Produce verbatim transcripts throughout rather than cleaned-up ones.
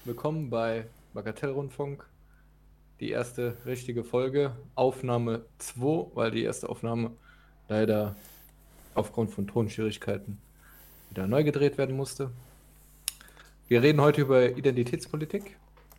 Willkommen bei Bagatellrundfunk. Die erste richtige Folge, Aufnahme zwei, weil die erste Aufnahme leider aufgrund von Tonschwierigkeiten wieder neu gedreht werden musste. Wir reden heute über Identitätspolitik.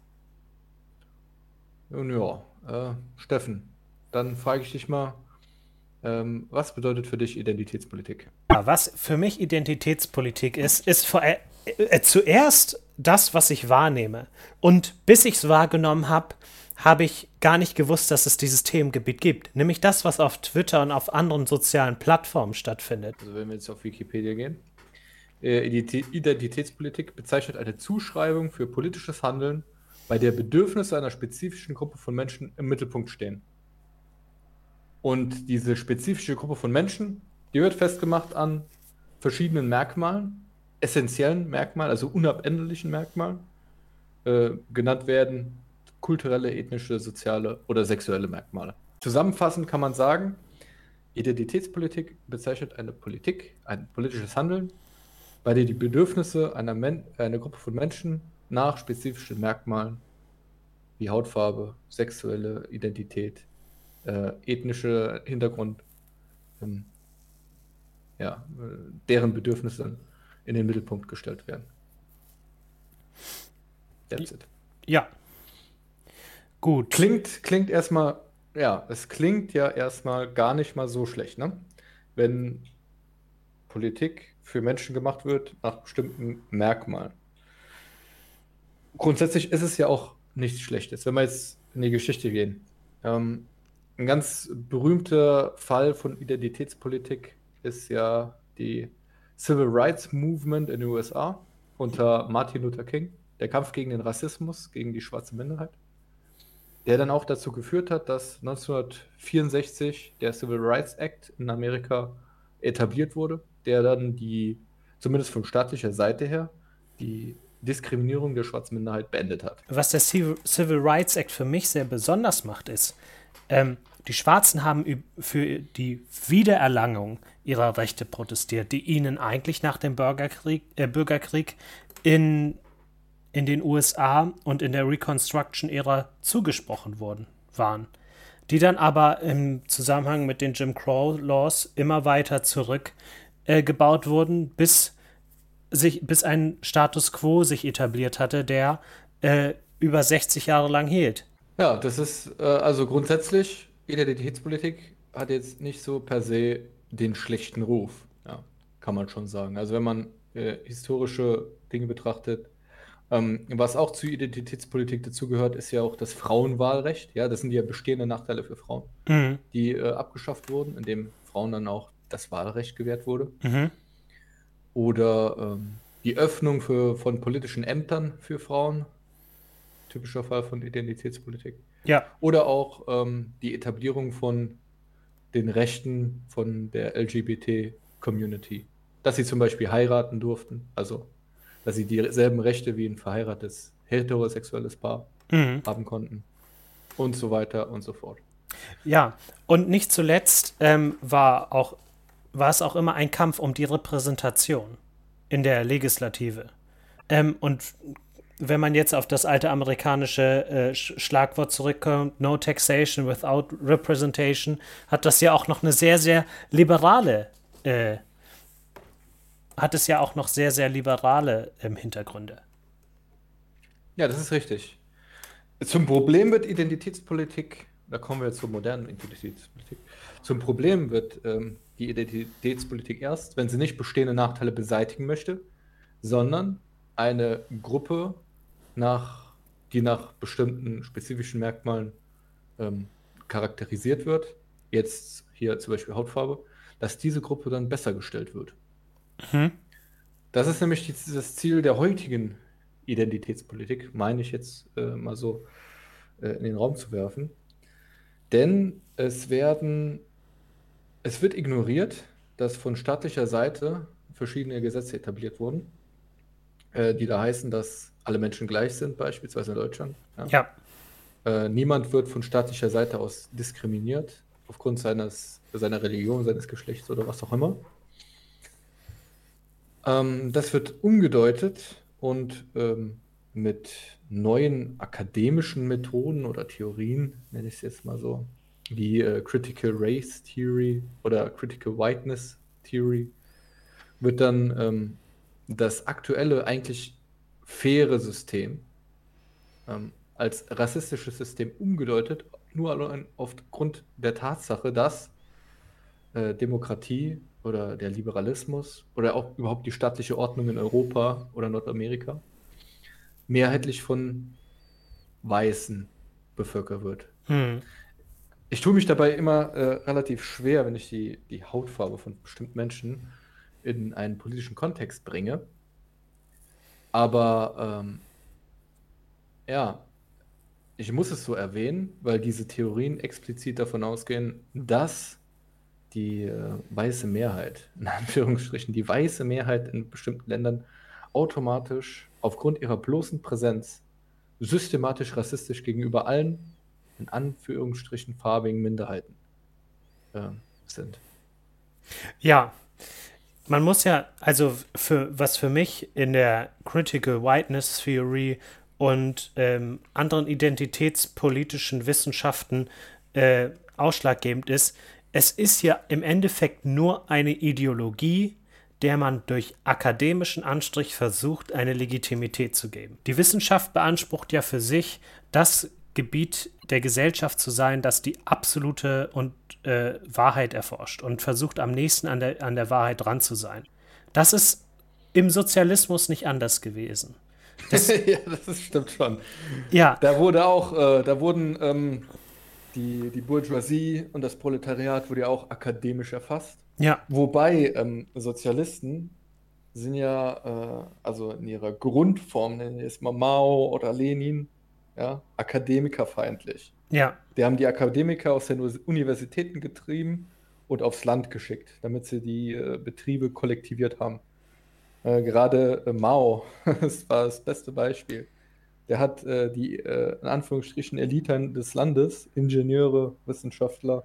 Und ja, äh, Steffen, dann frage ich dich mal, ähm, was bedeutet für dich Identitätspolitik? Ja, was für mich Identitätspolitik ist, ist vor, äh, äh, zuerst das, was ich wahrnehme. Und bis ich es wahrgenommen habe, habe ich gar nicht gewusst, dass es dieses Themengebiet gibt. Nämlich das, was auf Twitter und auf anderen sozialen Plattformen stattfindet. Also wenn wir jetzt auf Wikipedia gehen. Äh, Identi- Identitätspolitik bezeichnet eine Zuschreibung für politisches Handeln, bei der Bedürfnisse einer spezifischen Gruppe von Menschen im Mittelpunkt stehen. Und diese spezifische Gruppe von Menschen, die wird festgemacht an verschiedenen Merkmalen, essentiellen Merkmalen, also unabänderlichen Merkmalen, äh, genannt werden kulturelle, ethnische, soziale oder sexuelle Merkmale. Zusammenfassend kann man sagen, Identitätspolitik bezeichnet eine Politik, ein politisches Handeln, bei der die Bedürfnisse einer, Men einer Gruppe von Menschen nach spezifischen Merkmalen wie Hautfarbe, sexuelle Identität, äh, ethnischer Hintergrund, ähm, ja, äh, deren Bedürfnisse in den Mittelpunkt gestellt werden. That's it. Ja, gut. Klingt, klingt erstmal, ja, es klingt ja erstmal gar nicht mal so schlecht, ne? Wenn Politik für Menschen gemacht wird nach bestimmten Merkmalen. Grundsätzlich ist es ja auch nichts Schlechtes, wenn wir jetzt in die Geschichte gehen. Ähm, ein ganz berühmter Fall von Identitätspolitik ist ja die Civil Rights Movement in den U S A unter Martin Luther King, der Kampf gegen den Rassismus, gegen die schwarze Minderheit, der dann auch dazu geführt hat, dass neunzehnhundertvierundsechzig der Civil Rights Act in Amerika etabliert wurde, der dann die, zumindest von staatlicher Seite her, die Diskriminierung der schwarzen Minderheit beendet hat. Was der Civil Civil Rights Act für mich sehr besonders macht, ist, ähm, die Schwarzen haben üb- für die Wiedererlangung ihrer Rechte protestiert, die ihnen eigentlich nach dem Bürgerkrieg, äh, Bürgerkrieg in in den U S A und in der Reconstruction-Ära zugesprochen worden waren, die dann aber im Zusammenhang mit den Jim Crow-Laws immer weiter zurückgebaut äh, gebaut wurden, bis, sich, bis ein Status quo sich etabliert hatte, der äh, über sechzig Jahre lang hielt. Ja, das ist äh, also grundsätzlich, Identitätspolitik hat jetzt nicht so per se den schlechten Ruf, ja, kann man schon sagen. Also wenn man äh, historische Dinge betrachtet, ähm, was auch zu Identitätspolitik dazugehört, ist ja auch das Frauenwahlrecht. Ja, das sind ja bestehende Nachteile für Frauen, Mhm. die äh, abgeschafft wurden, indem Frauen dann auch das Wahlrecht gewährt wurde. Mhm. Oder ähm, die Öffnung für, von politischen Ämtern für Frauen, typischer Fall von Identitätspolitik. Ja, Oder auch ähm, die Etablierung von den Rechten von der L G B T-Community. Dass sie zum Beispiel heiraten durften, also dass sie dieselben Rechte wie ein verheiratetes heterosexuelles Paar mhm. haben konnten und so weiter und so fort. Ja, und nicht zuletzt ähm, war, auch, war es auch immer ein Kampf um die Repräsentation in der Legislative. Ähm, und wenn man jetzt auf das alte amerikanische äh, Schlagwort zurückkommt, No Taxation without Representation, hat das ja auch noch eine sehr, sehr liberale, äh, hat es ja auch noch sehr, sehr liberale ähm, Hintergründe. Ja, das ist richtig. Zum Problem wird Identitätspolitik, da kommen wir jetzt zur modernen Identitätspolitik, zum Problem wird ähm, die Identitätspolitik erst, wenn sie nicht bestehende Nachteile beseitigen möchte, sondern eine Gruppe, nach, die nach bestimmten spezifischen Merkmalen ähm, charakterisiert wird, jetzt hier zum Beispiel Hautfarbe, dass diese Gruppe dann besser gestellt wird. Mhm. Das ist nämlich die, das Ziel der heutigen Identitätspolitik, meine ich jetzt äh, mal so äh, in den Raum zu werfen. Denn es werden, es wird ignoriert, dass von staatlicher Seite verschiedene Gesetze etabliert wurden, äh, die da heißen, dass alle Menschen gleich sind, beispielsweise in Deutschland. Ja. Ja, Äh, niemand wird von staatlicher Seite aus diskriminiert, aufgrund seines, seiner Religion, seines Geschlechts oder was auch immer. Ähm, das wird umgedeutet und ähm, mit neuen akademischen Methoden oder Theorien, nenne ich es jetzt mal so, wie äh, Critical Race Theory oder Critical Whiteness Theory, wird dann ähm, das aktuelle, eigentlich faire System ähm, als rassistisches System umgedeutet, nur allein aufgrund der Tatsache, dass äh, Demokratie oder der Liberalismus oder auch überhaupt die staatliche Ordnung in Europa oder Nordamerika mehrheitlich von Weißen bevölkert wird. Hm. Ich tue mich dabei immer äh, relativ schwer, wenn ich die, die Hautfarbe von bestimmten Menschen in einen politischen Kontext bringe. Aber ähm, ja, ich muss es so erwähnen, weil diese Theorien explizit davon ausgehen, dass die äh, weiße Mehrheit, in Anführungsstrichen, die weiße Mehrheit in bestimmten Ländern automatisch aufgrund ihrer bloßen Präsenz systematisch rassistisch gegenüber allen, in Anführungsstrichen, farbigen Minderheiten äh, sind. Ja, man muss ja, also für was für mich in der Critical Whiteness Theory und ähm, anderen identitätspolitischen Wissenschaften äh, ausschlaggebend ist, es ist ja im Endeffekt nur eine Ideologie, der man durch akademischen Anstrich versucht, eine Legitimität zu geben. Die Wissenschaft beansprucht ja für sich, das Gebiet der Gesellschaft zu sein, das die absolute und äh, Wahrheit erforscht und versucht am nächsten an der, an der Wahrheit dran zu sein. Das ist im Sozialismus nicht anders gewesen. Das, Ja, das ist, stimmt schon. ja, Da wurde auch, äh, da wurden ähm, die, die Bourgeoisie und das Proletariat wurde ja auch akademisch erfasst. ja, Wobei ähm, Sozialisten sind ja, äh, also in ihrer Grundform, nennen wir es mal Mao oder Lenin, ja, akademikerfeindlich. ja, Die haben die Akademiker aus den Universitäten getrieben und aufs Land geschickt, damit sie die äh, Betriebe kollektiviert haben. Äh, gerade äh, Mao, das war das beste Beispiel. Der hat äh, die, äh, in Anführungsstrichen, Eliten des Landes, Ingenieure, Wissenschaftler,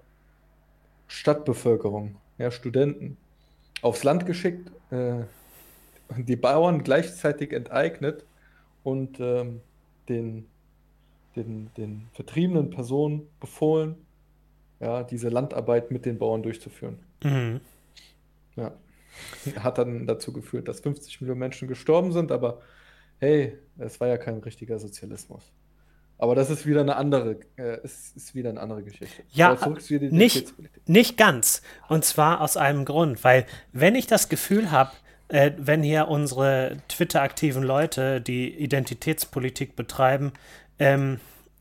Stadtbevölkerung, ja, Studenten, aufs Land geschickt, äh, die Bauern gleichzeitig enteignet und ähm, den, den, den vertriebenen Personen befohlen, ja, diese Landarbeit mit den Bauern durchzuführen. mhm. Ja. Hat dann dazu geführt, dass fünfzig Millionen Menschen gestorben sind, aber hey, es war ja kein richtiger Sozialismus. Aber das ist wieder eine andere, äh, es ist wieder eine andere Geschichte. Aber Ja, zurück zur nicht, Identitätspolitik. nicht ganz. Und zwar aus einem Grund, weil wenn ich das Gefühl habe, äh, wenn hier unsere Twitter-aktiven Leute, die Identitätspolitik betreiben, ähm,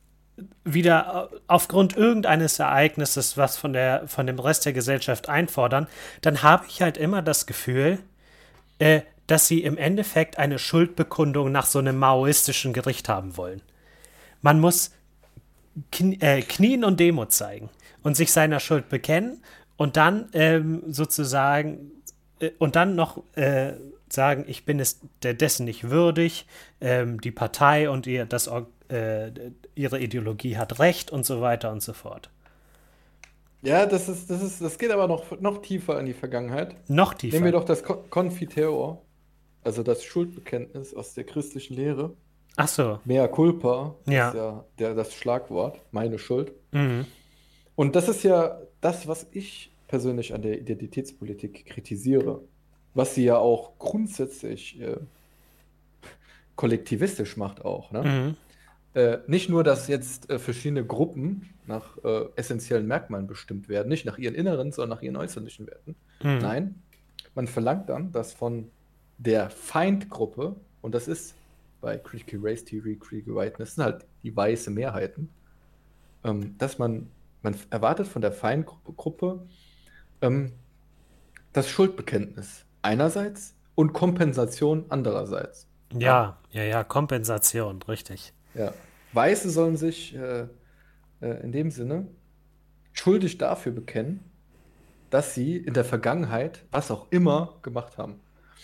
wieder aufgrund irgendeines Ereignisses was von, der, von dem Rest der Gesellschaft einfordern, dann habe ich halt immer das Gefühl, äh, dass sie im Endeffekt eine Schuldbekundung nach so einem maoistischen Gericht haben wollen. Man muss kn äh, Knien und Demut zeigen und sich seiner Schuld bekennen und dann ähm, sozusagen äh, und dann noch äh, sagen, ich bin es der dessen nicht würdig, ähm, die Partei und ihr, das, äh, ihre Ideologie hat recht und so weiter und so fort. Ja, das ist, das ist, das geht aber noch, noch tiefer in die Vergangenheit. Noch Nehmen wir tiefer. doch das Ko- Confiteor, also das Schuldbekenntnis aus der christlichen Lehre. Ach so, Mea culpa ist ja. ja der, das Schlagwort, meine Schuld. Mhm. Und das ist ja das, was ich persönlich an der Identitätspolitik kritisiere, was sie ja auch grundsätzlich äh, kollektivistisch macht auch, ne? Mhm. Äh, nicht nur, dass jetzt äh, verschiedene Gruppen nach äh, essentiellen Merkmalen bestimmt werden, nicht nach ihren inneren, sondern nach ihren äußerlichen Werten. Mhm. Nein, man verlangt dann, dass von der Feindgruppe, und das ist bei Critical Race Theory, Critical Whiteness, sind halt die weiße Mehrheiten, ähm, dass man, man erwartet von der Feindgruppe ähm, das Schuldbekenntnis einerseits und Kompensation andererseits. Ja, Ja, ja, ja, Kompensation, richtig. ja. Weiße sollen sich äh, äh, in dem Sinne schuldig dafür bekennen, dass sie in der Vergangenheit was auch immer gemacht haben.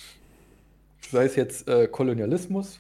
Sei es jetzt äh, Kolonialismus,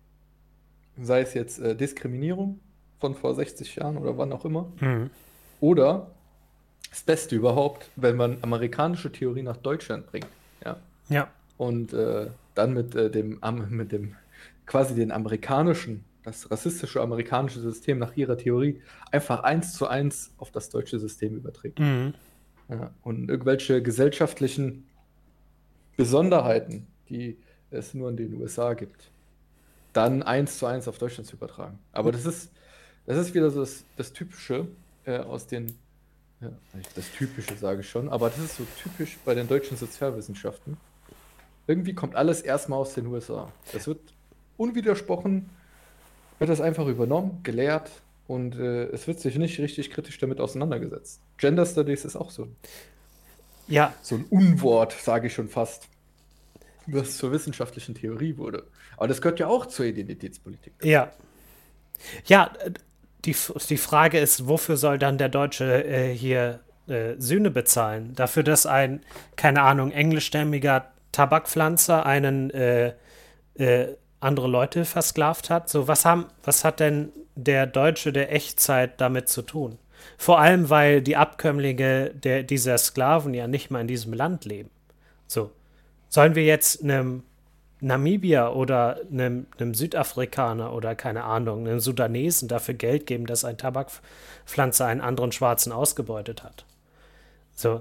sei es jetzt äh, Diskriminierung von vor sechzig Jahren oder wann auch immer. Mhm. Oder das Beste überhaupt, wenn man amerikanische Theorie nach Deutschland bringt. Ja. Ja, Und äh, dann mit, äh, dem, am- mit dem quasi den amerikanischen, das rassistische amerikanische System nach ihrer Theorie einfach eins zu eins auf das deutsche System überträgt. Mhm. Ja, und irgendwelche gesellschaftlichen Besonderheiten, die es nur in den U S A gibt, dann eins zu eins auf Deutschland zu übertragen. Aber das ist, das ist wieder so das, das Typische äh, aus den, ja, das Typische sage ich schon, aber das ist so typisch bei den deutschen Sozialwissenschaften. Irgendwie kommt alles erstmal aus den U S A. Das wird unwidersprochen, wird das einfach übernommen, gelehrt und äh, es wird sich nicht richtig kritisch damit auseinandergesetzt. Gender Studies ist auch so, Ja, so ein Unwort, sage ich schon fast, was zur wissenschaftlichen Theorie wurde. Aber das gehört ja auch zur Identitätspolitik. ja. Ja, äh, die, F- die Frage ist, wofür soll dann der Deutsche äh, hier äh, Sühne bezahlen? Dafür, dass ein, keine Ahnung, englischstämmiger Tabakpflanzer einen äh, äh, andere Leute versklavt hat? So, was haben, was hat denn der Deutsche der Echtzeit damit zu tun? Vor allem, weil die Abkömmlinge der, dieser Sklaven ja nicht mal in diesem Land leben. So, sollen wir jetzt einem Namibier oder einem, einem Südafrikaner oder keine Ahnung, einem Sudanesen dafür Geld geben, dass ein Tabakpflanzer einen anderen Schwarzen ausgebeutet hat? So,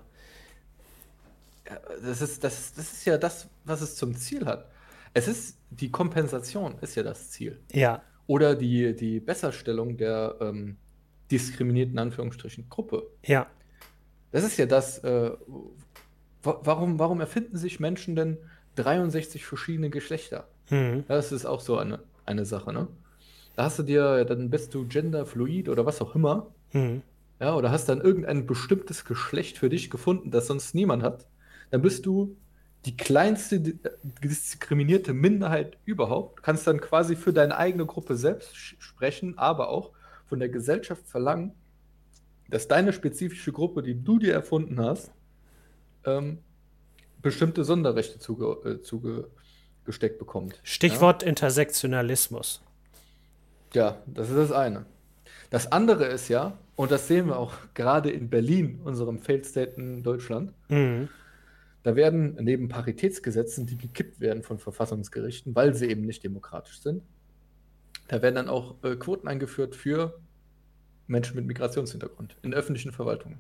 Ja, Das ist, das, das ist ja das, was es zum Ziel hat. Es ist, die Kompensation ist ja das Ziel. ja, Oder die, die Besserstellung der ähm, diskriminierten Anführungsstrichen Gruppe. ja, Das ist ja das, äh, wa- warum, warum erfinden sich Menschen denn dreiundsechzig verschiedene Geschlechter? mhm, Das ist auch so eine, eine Sache, ne? Da hast du dir, dann bist du genderfluid oder was auch immer, mhm, ja, oder hast dann irgendein bestimmtes Geschlecht für dich gefunden, das sonst niemand hat, dann bist du die kleinste di- äh, diskriminierte Minderheit überhaupt, kannst dann quasi für deine eigene Gruppe selbst sch- sprechen, aber auch von der Gesellschaft verlangen, dass deine spezifische Gruppe, die du dir erfunden hast, ähm, bestimmte Sonderrechte zuge, äh, zugesteckt bekommt. Ja? Stichwort Intersektionalismus. Ja, das ist das eine. Das andere ist ja, und das sehen wir auch gerade in Berlin, unserem Failed State in Deutschland, Mhm. da werden neben Paritätsgesetzen, die gekippt werden von Verfassungsgerichten, weil sie eben nicht demokratisch sind, da werden dann auch äh, Quoten eingeführt für Menschen mit Migrationshintergrund in öffentlichen Verwaltungen.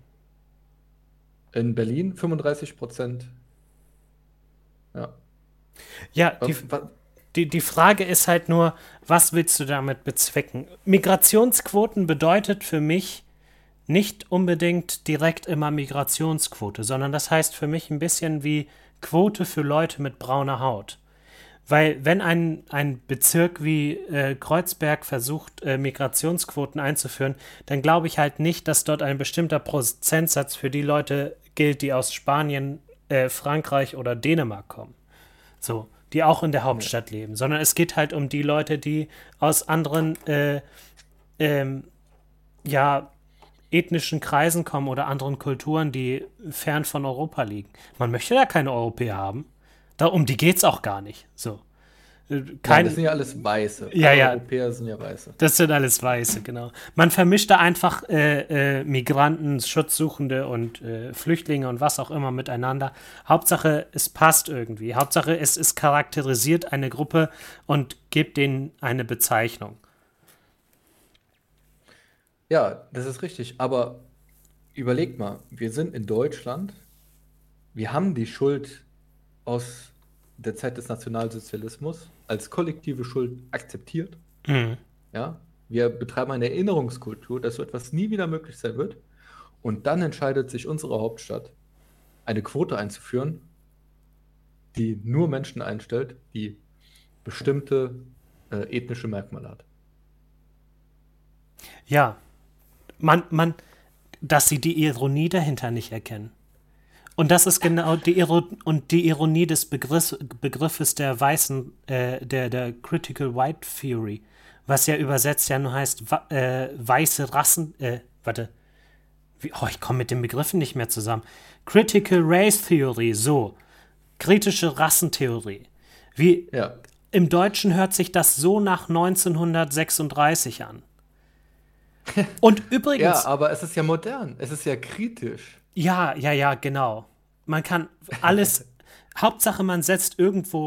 In Berlin fünfunddreißig Prozent. Ja. Ja, die, Ähm, wa- die, die Frage ist halt nur, was willst du damit bezwecken? Migrationsquoten bedeutet für mich nicht unbedingt direkt immer Migrationsquote, sondern das heißt für mich ein bisschen wie Quote für Leute mit brauner Haut. Weil wenn ein, ein Bezirk wie äh, Kreuzberg versucht, äh, Migrationsquoten einzuführen, dann glaube ich halt nicht, dass dort ein bestimmter Prozentsatz für die Leute gilt, die aus Spanien, äh, Frankreich oder Dänemark kommen. So, die auch in der Hauptstadt leben, sondern es geht halt um die Leute, die aus anderen äh, ähm, ja, ethnischen Kreisen kommen oder anderen Kulturen, die fern von Europa liegen. Man möchte da keine Europäer haben. Da, um die geht's auch gar nicht. So. Äh, Nein, Kein, das sind ja alles Weiße. Ja, Alle ja. Europäer sind ja Weiße. Das sind alles Weiße, genau. Man vermischt da einfach äh, äh, Migranten, Schutzsuchende und äh, Flüchtlinge und was auch immer miteinander. Hauptsache, es passt irgendwie. Hauptsache, es, es charakterisiert eine Gruppe und gibt denen eine Bezeichnung. Ja, das ist richtig. Aber überleg mal, wir sind in Deutschland, wir haben die Schuld aus der Zeit des Nationalsozialismus als kollektive Schuld akzeptiert. Mhm. Ja, wir betreiben eine Erinnerungskultur, dass so etwas nie wieder möglich sein wird. Und dann entscheidet sich unsere Hauptstadt, eine Quote einzuführen, die nur Menschen einstellt, die bestimmte äh, ethnische Merkmale hat. Ja, man, man, dass sie die Ironie dahinter nicht erkennen. Und das ist genau die, Iro und die Ironie des Begriffs, Begriffes der weißen, äh, der, der Critical White Theory, was ja übersetzt ja nur heißt, wa äh, weiße Rassen, äh, warte, wie, oh, ich komme mit den Begriffen nicht mehr zusammen. Critical Race Theory, so, kritische Rassentheorie. Wie, Ja, im Deutschen hört sich das so nach neunzehnhundertsechsunddreißig an. Und übrigens, ja, aber es ist ja modern, es ist ja kritisch. ja, ja, ja, genau. Man kann alles, Hauptsache man setzt irgendwo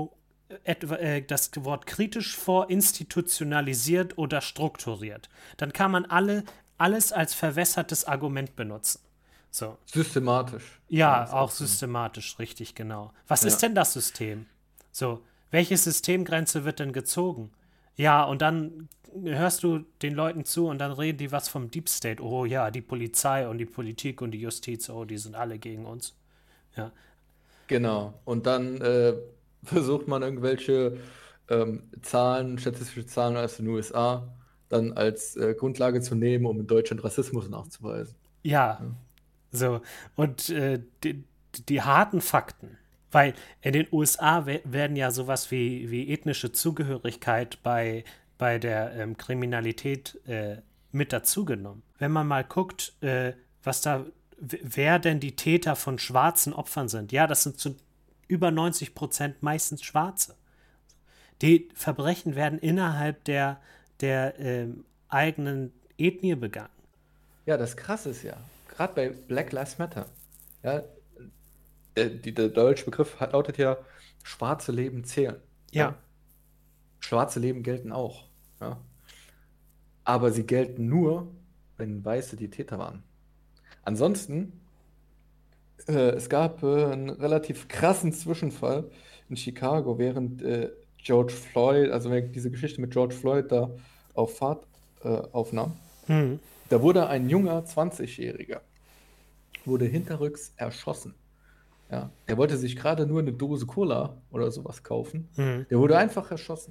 etwa, äh, das Wort kritisch vor institutionalisiert oder strukturiert. Dann kann man alle, alles als verwässertes Argument benutzen. So. Systematisch kann man Ja, es auch auch sehen. systematisch, richtig, genau. Was Ja. ist denn das System? So, welche Systemgrenze wird denn gezogen? Ja, und dann hörst du den Leuten zu und dann reden die was vom Deep State. Oh ja, die Polizei und die Politik und die Justiz, oh, die sind alle gegen uns. Ja, Genau. Und dann äh, versucht man irgendwelche ähm, Zahlen, statistische Zahlen aus den U S A dann als äh, Grundlage zu nehmen, um in Deutschland Rassismus nachzuweisen. ja, Ja. so. Und äh, die, die harten Fakten. Weil in den U S A we werden ja sowas wie, wie ethnische Zugehörigkeit bei, bei der ähm, Kriminalität äh, mit dazugenommen. Wenn man mal guckt, äh, was da, w- wer denn die Täter von schwarzen Opfern sind. Ja, das sind zu über neunzig Prozent meistens Schwarze. Die Verbrechen werden innerhalb der, der ähm, eigenen Ethnie begangen. Ja, das Krasse ist ja, gerade bei Black Lives Matter, ja, der, die, der deutsche Begriff hat, lautet ja, schwarze Leben zählen. Ja, Ja? Schwarze Leben gelten auch. Ja? Aber sie gelten nur, wenn Weiße die Täter waren. Ansonsten, äh, es gab äh, einen relativ krassen Zwischenfall in Chicago, während äh, George Floyd, also während diese Geschichte mit George Floyd da auf Fahrt äh, aufnahm. hm. Da wurde ein junger zwanzig-Jähriger, wurde hinterrücks erschossen. Ja, der wollte sich gerade nur eine Dose Cola oder sowas kaufen. Hm. Der wurde einfach erschossen.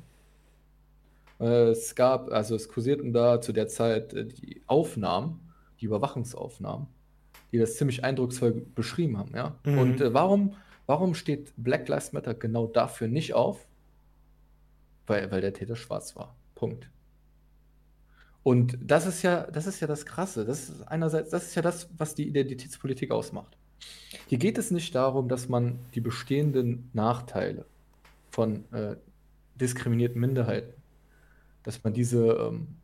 Äh, Es gab, also es kursierten da zu der Zeit äh, die Aufnahmen, die Überwachungsaufnahmen, die das ziemlich eindrucksvoll beschrieben haben, ja. Und Hm. äh, warum, warum steht Black Lives Matter genau dafür nicht auf? Weil, weil der Täter schwarz war. Punkt. Und das ist ja, das ist ja das Krasse. Das ist einerseits, das ist ja das, was die Identitätspolitik ausmacht. Hier geht es nicht darum, dass man die bestehenden Nachteile von äh, diskriminierten Minderheiten, dass man diese ähm,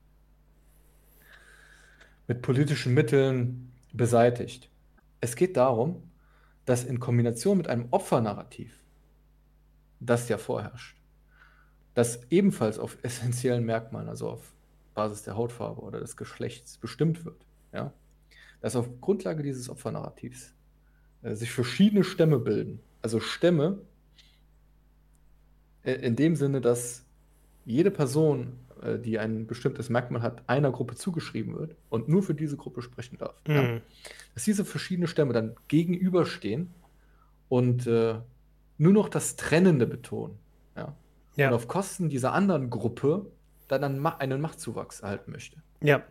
mit politischen Mitteln beseitigt. Es geht darum, dass in Kombination mit einem Opfernarrativ, das ja vorherrscht, das ebenfalls auf essentiellen Merkmalen, also auf Basis der Hautfarbe oder des Geschlechts bestimmt wird, ja, dass auf Grundlage dieses Opfernarrativs äh, sich verschiedene Stämme bilden. Also Stämme äh, in dem Sinne, dass jede Person, äh, die ein bestimmtes Merkmal hat, einer Gruppe zugeschrieben wird und nur für diese Gruppe sprechen darf. Ja? Hm. Dass diese verschiedenen Stämme dann gegenüberstehen und äh, nur noch das Trennende betonen. Ja? Und Ja, auf Kosten dieser anderen Gruppe dann einen, Ma einen Machtzuwachs erhalten möchte. ja.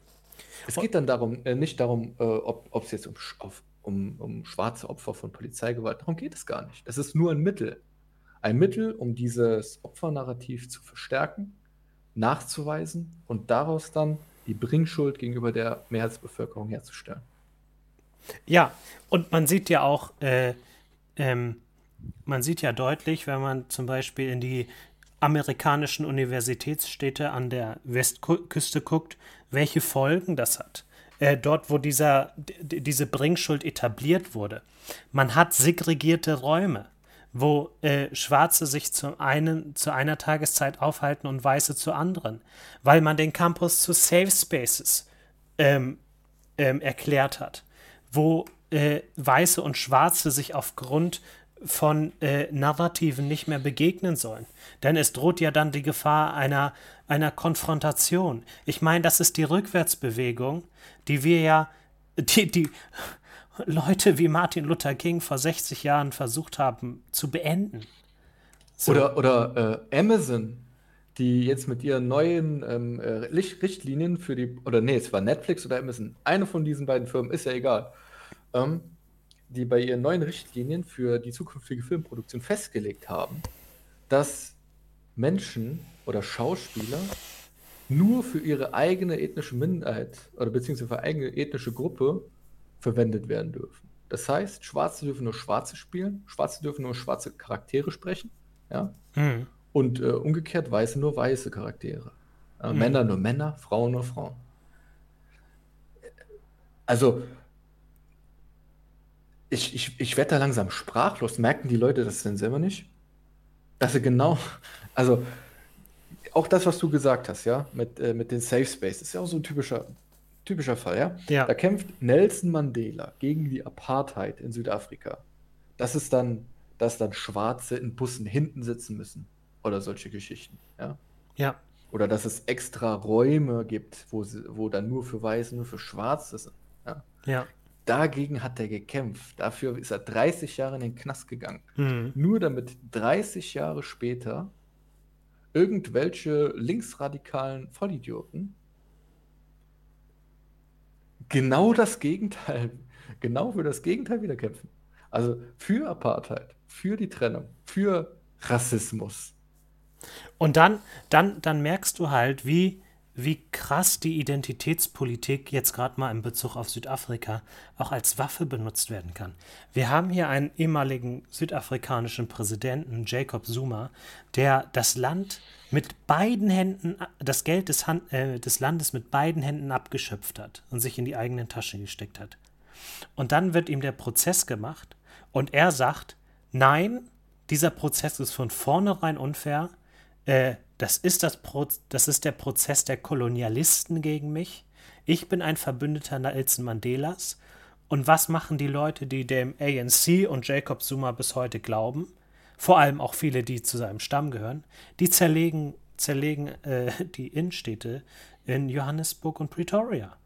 Es Und, geht dann darum, äh, nicht darum, äh, ob es jetzt um, sch- auf, um, um schwarze Opfer von Polizeigewalt, darum geht es gar nicht. Das ist nur ein Mittel. Ein Mittel, um dieses Opfernarrativ zu verstärken, nachzuweisen und daraus dann die Bringschuld gegenüber der Mehrheitsbevölkerung herzustellen. ja, und man sieht ja auch, äh, ähm, man sieht ja deutlich, wenn man zum Beispiel in die amerikanischen Universitätsstädte an der Westküste guckt, welche Folgen das hat. Äh, dort, wo dieser, d- diese Bringschuld etabliert wurde. Man hat segregierte Räume, wo äh, Schwarze sich zu, einen, zu einer Tageszeit aufhalten und Weiße zu anderen, weil man den Campus zu Safe Spaces ähm, ähm, erklärt hat, wo äh, Weiße und Schwarze sich aufgrund von äh, Narrativen nicht mehr begegnen sollen. Denn es droht ja dann die Gefahr einer, einer Konfrontation. Ich meine, das ist die Rückwärtsbewegung, die wir ja, die, die Leute wie Martin Luther King vor sechzig Jahren versucht haben zu beenden. So. Oder, oder äh, Amazon, die jetzt mit ihren neuen ähm, äh, Licht- Richtlinien für die, oder nee, es war Netflix oder Amazon, eine von diesen beiden Firmen, ist ja egal, ähm, die bei ihren neuen Richtlinien für die zukünftige Filmproduktion festgelegt haben, dass Menschen oder Schauspieler nur für ihre eigene ethnische Minderheit oder beziehungsweise für eigene ethnische Gruppe verwendet werden dürfen. Das heißt, Schwarze dürfen nur Schwarze spielen, Schwarze dürfen nur schwarze Charaktere sprechen, ja, Hm. und äh, umgekehrt Weiße nur weiße Charaktere. Äh, Hm. Männer nur Männer, Frauen nur Frauen. Also, ich, ich, ich werde da langsam sprachlos. Merken die Leute das denn selber nicht? Also genau, also auch das, was du gesagt hast, ja, mit, äh, mit den Safe Space, ist ja auch so ein typischer, typischer Fall, ja. Ja, Da kämpft Nelson Mandela gegen die Apartheid in Südafrika. Das ist dann, dass dann Schwarze in Bussen hinten sitzen müssen oder solche Geschichten, ja. ja, Oder dass es extra Räume gibt, wo, sie, wo dann nur für Weiße, nur für Schwarze sind, ja. ja. Dagegen hat er gekämpft. Dafür ist er dreißig Jahre in den Knast gegangen. Mhm. Nur damit dreißig Jahre später irgendwelche linksradikalen Vollidioten genau das Gegenteil, genau für das Gegenteil wieder kämpfen. Also für Apartheid, für die Trennung, für Rassismus. Und dann, dann, dann merkst du halt, wie, wie krass die Identitätspolitik jetzt gerade mal in Bezug auf Südafrika auch als Waffe benutzt werden kann. Wir haben hier einen ehemaligen südafrikanischen Präsidenten, Jacob Zuma, der das Land mit beiden Händen, das Geld des, Han äh, des Landes mit beiden Händen abgeschöpft hat und sich in die eigenen Taschen gesteckt hat. Und dann wird ihm der Prozess gemacht und er sagt, nein, dieser Prozess ist von vornherein unfair. Äh, das, ist das, Pro das ist der Prozess der Kolonialisten gegen mich. Ich bin ein Verbündeter Nelson Mandelas. Und was machen die Leute, die dem A N C und Jacob Zuma bis heute glauben? Vor allem auch viele, die zu seinem Stamm gehören. Die zerlegen, zerlegen äh, die Innenstädte in Johannesburg und Pretoria.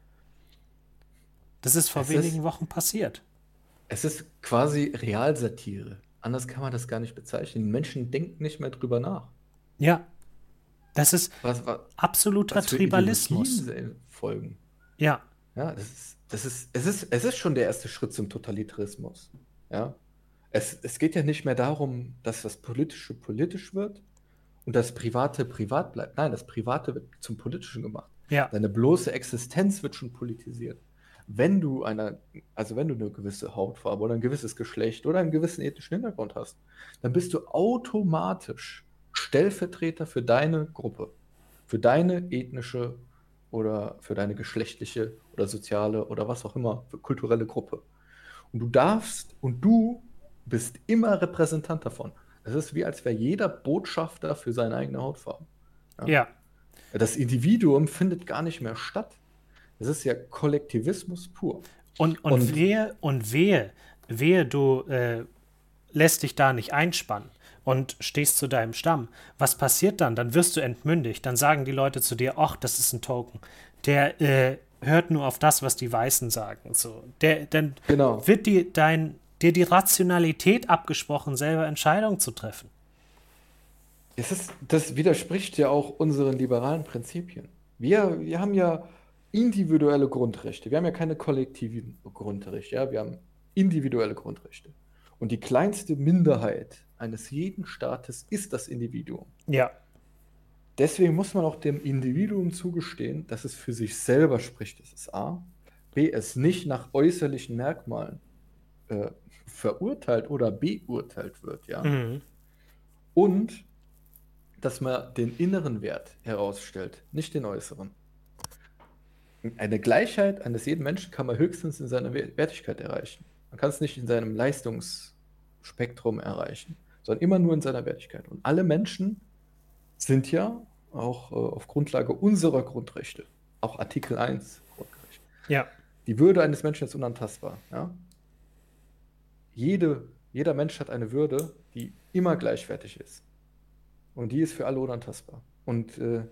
Das ist vor Es wenigen ist, Wochen passiert. es ist quasi Realsatire. Anders kann man das gar nicht bezeichnen. Die Menschen denken nicht mehr drüber nach. Ja, das ist Was, was, absoluter was für Ideologien Tribalismus. sie folgen. Ja, Ja, das ist, das ist, es ist, es ist schon der erste Schritt zum Totalitarismus. Ja. Es, es geht ja nicht mehr darum, dass das Politische politisch wird und das Private privat bleibt. Nein, das Private wird zum Politischen gemacht. ja, Deine bloße Existenz wird schon politisiert. Wenn du eine, also wenn du eine gewisse Hautfarbe oder ein gewisses Geschlecht oder einen gewissen ethnischen Hintergrund hast, dann bist du automatisch Stellvertreter für deine Gruppe, für deine ethnische oder für deine geschlechtliche oder soziale oder was auch immer, für kulturelle Gruppe. Und du darfst und du bist immer Repräsentant davon. Es ist wie, als wäre jeder Botschafter für seine eigene Hautfarbe. Ja? ja. Das Individuum findet gar nicht mehr statt. Es ist ja Kollektivismus pur. Und, und Und wehe, und wehe, wehe, du äh, lässt dich da nicht einspannen und stehst zu deinem Stamm. Was passiert dann? Dann wirst du entmündigt. Dann sagen die Leute zu dir, ach, das ist ein Token. Der äh, hört nur auf das, was die Weißen sagen. So, der, dann genau, wird die, dein, dir die Rationalität abgesprochen, selber Entscheidungen zu treffen. es ist, das widerspricht ja auch unseren liberalen Prinzipien. Wir, wir haben ja individuelle Grundrechte. Wir haben ja keine kollektiven Grundrechte. Ja? Wir haben individuelle Grundrechte. Und die kleinste Minderheit eines jeden Staates ist das Individuum. Ja, Deswegen muss man auch dem Individuum zugestehen, dass es für sich selber spricht. Das ist A. B. Es nicht nach äußerlichen Merkmalen äh, verurteilt oder beurteilt wird. Ja? mhm. Und dass man den inneren Wert herausstellt, nicht den äußeren. Eine Gleichheit eines jeden Menschen kann man höchstens in seiner We- Wertigkeit erreichen. Man kann es nicht in seinem Leistungsspektrum erreichen, sondern immer nur in seiner Wertigkeit. Und alle Menschen sind ja auch äh, auf Grundlage unserer Grundrechte, auch Artikel eins Grundrechte. Ja, Die Würde eines Menschen ist unantastbar. Ja? Jede, jeder Mensch hat eine Würde, die immer gleichwertig ist. Und die ist für alle unantastbar. Und äh,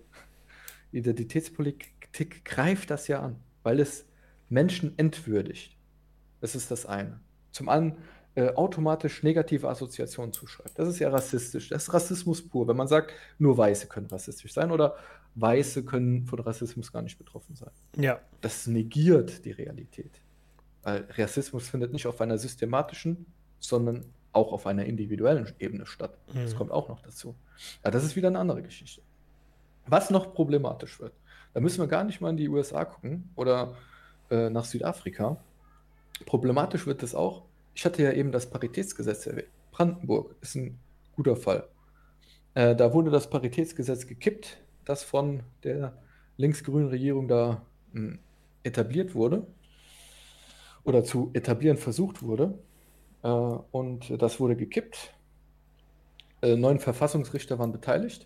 Identitätspolitik greift das ja an, weil es Menschen entwürdigt. Das ist das eine. Zum anderen äh, automatisch negative Assoziationen zuschreibt. Das ist ja rassistisch. Das ist Rassismus pur. Wenn man sagt, nur Weiße können rassistisch sein oder Weiße können von Rassismus gar nicht betroffen sein. ja, Das negiert die Realität. Weil Rassismus findet nicht auf einer systematischen, sondern auch auf einer individuellen Ebene statt. Das mhm. kommt auch noch dazu. Aber das ist wieder eine andere Geschichte. Was noch problematisch wird, da müssen wir gar nicht mal in die U S A gucken oder äh, nach Südafrika. Problematisch wird es auch, ich hatte ja eben das Paritätsgesetz erwähnt. Brandenburg ist ein guter Fall. Äh, da wurde das Paritätsgesetz gekippt, das von der linksgrünen Regierung da mh, etabliert wurde oder zu etablieren versucht wurde. Äh, und das wurde gekippt. äh, neun Verfassungsrichter waren beteiligt.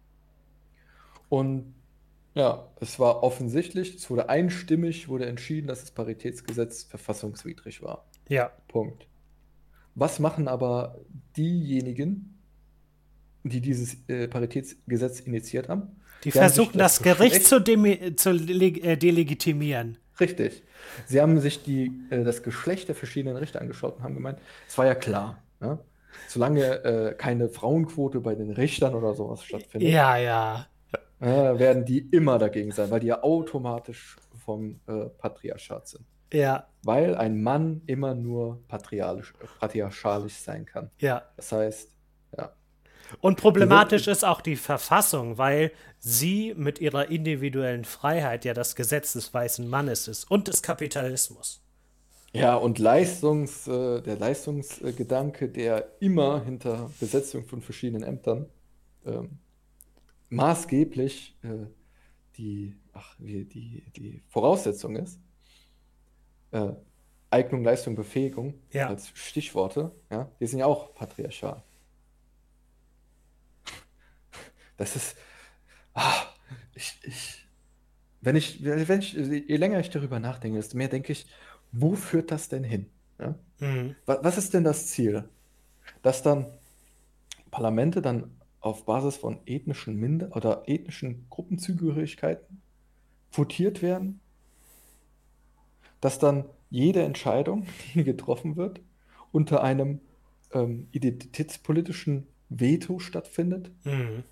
Und ja, es war offensichtlich, es wurde einstimmig wurde entschieden, dass das Paritätsgesetz verfassungswidrig war. Ja. Punkt. Was machen aber diejenigen, die dieses äh, Paritätsgesetz initiiert haben? Die Sie haben sich versuchen, das Gericht Geschlecht- zu, demi- zu leg- äh, delegitimieren. Richtig. Sie haben sich die, äh, das Geschlecht der verschiedenen Richter angeschaut und haben gemeint, es war ja klar, ne? Solange äh, keine Frauenquote bei den Richtern oder sowas stattfindet, Ja, ja. äh, werden die immer dagegen sein, weil die ja automatisch vom äh, Patriarchat sind. Ja, Weil ein Mann immer nur patriarchalisch, äh, patriarchalisch sein kann. ja. Das heißt, ja. Und problematisch ist auch die Verfassung, weil sie mit ihrer individuellen Freiheit ja das Gesetz des weißen Mannes ist und des Kapitalismus. Ja, und Leistungs, äh, der Leistungsgedanke, der immer hinter Besetzung von verschiedenen Ämtern ähm, maßgeblich äh, die, ach, wie, die, die Voraussetzung ist, äh, Eignung, Leistung, Befähigung Ja. als Stichworte, ja, die sind ja auch patriarchal. Das ist, ah, ich, ich, wenn ich, wenn ich, je länger ich darüber nachdenke, desto mehr denke ich, wo führt das denn hin? Ja? Mhm. Wa- Was ist denn das Ziel? Dass dann Parlamente dann auf Basis von ethnischen Minder- oder ethnischen Gruppenzugehörigkeiten votiert werden, dass dann jede Entscheidung, die getroffen wird, unter einem ähm, identitätspolitischen Veto stattfindet, Mhm.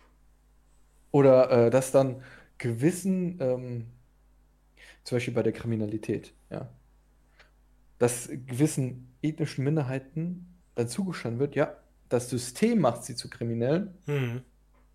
oder äh, dass dann gewissen, ähm, zum Beispiel bei der Kriminalität, ja, dass gewissen ethnischen Minderheiten dann zugestanden wird, ja, das System macht sie zu Kriminellen. Mhm.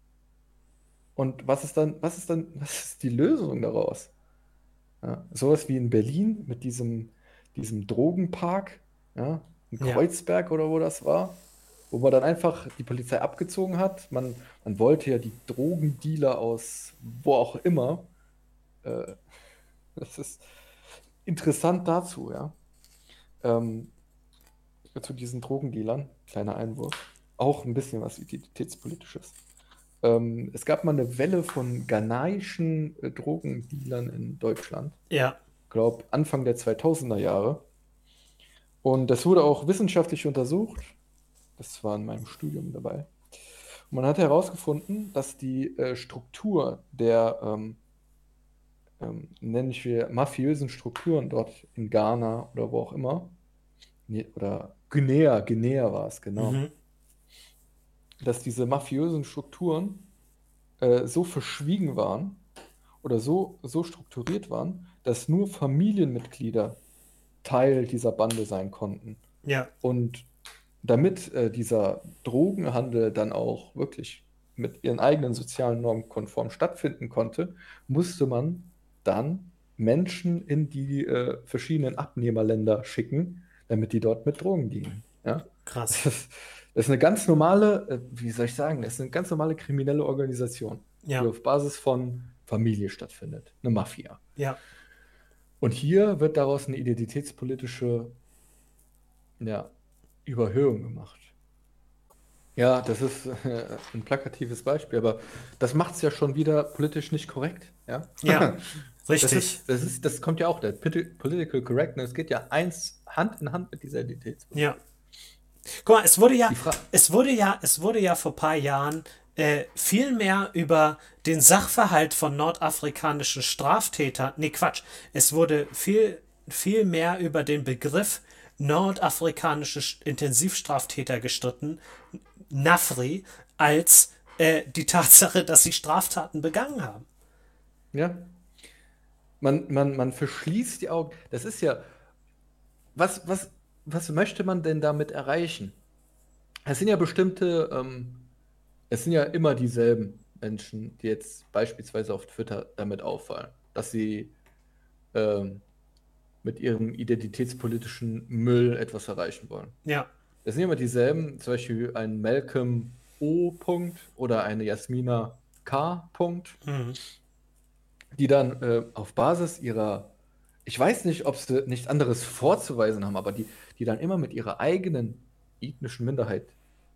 Und was ist dann, was ist dann, was ist die Lösung daraus? Ja, sowas wie in Berlin mit diesem, diesem Drogenpark, ja, in Ja. Kreuzberg oder wo das war, wo man dann einfach die Polizei abgezogen hat. Man, man wollte ja die Drogendealer aus wo auch immer. Äh, das ist interessant dazu, ja. Ähm, zu diesen Drogendealern, kleiner Einwurf, auch ein bisschen was Identitätspolitisches. Ähm, es gab mal eine Welle von ghanaischen äh, Drogendealern in Deutschland, Ja. glaube Anfang der zweitausender Jahre. Und das wurde auch wissenschaftlich untersucht. Das war in meinem Studium dabei. Und man hat herausgefunden, dass die äh, Struktur der, ähm, ähm, nenne ich wir, mafiösen Strukturen dort in Ghana oder wo auch immer, nee, oder Guinea, Guinea war es, genau, Mhm. dass diese mafiösen Strukturen äh, so verschwiegen waren oder so, so strukturiert waren, dass nur Familienmitglieder Teil dieser Bande sein konnten. Ja. Und damit äh, dieser Drogenhandel dann auch wirklich mit ihren eigenen sozialen Normen konform stattfinden konnte, musste man dann Menschen in die äh, verschiedenen Abnehmerländer schicken, damit die dort mit Drogen dienen. Ja? Krass. Das ist, das ist eine ganz normale, äh, wie soll ich sagen, das ist eine ganz normale kriminelle Organisation, Ja. die auf Basis von Familie stattfindet, eine Mafia. Ja. Und hier wird daraus eine identitätspolitische, ja, Überhöhung gemacht. Ja, das ist äh, ein plakatives Beispiel, aber das macht es ja schon wieder politisch nicht korrekt. Ja, Ja. das Richtig. ist, das ist, das kommt ja auch, der Poli- Political Correctness geht ja eins Hand in Hand mit dieser Identitätspolitik. Ja. Guck mal, es wurde ja, Die Fra es wurde ja, es wurde ja vor ein paar Jahren äh, viel mehr über den Sachverhalt von nordafrikanischen Straftätern, nee Quatsch, es wurde viel, viel mehr über den Begriff nordafrikanische Sch- Intensivstraftäter gestritten, Nafri, als äh, die Tatsache, dass sie Straftaten begangen haben. Ja, man, man, man verschließt die Augen. Das ist ja, was, was, was möchte man denn damit erreichen? Es sind ja bestimmte, ähm, es sind ja immer dieselben Menschen, die jetzt beispielsweise auf Twitter damit auffallen, dass sie ähm, mit ihrem identitätspolitischen Müll etwas erreichen wollen. Ja. Es sind immer dieselben, zum Beispiel ein Malcolm O. Punkt oder eine Jasmina K. Punkt, Mhm. die dann äh, auf Basis ihrer, ich weiß nicht, ob sie nichts anderes vorzuweisen haben, aber die, die dann immer mit ihrer eigenen ethnischen Minderheit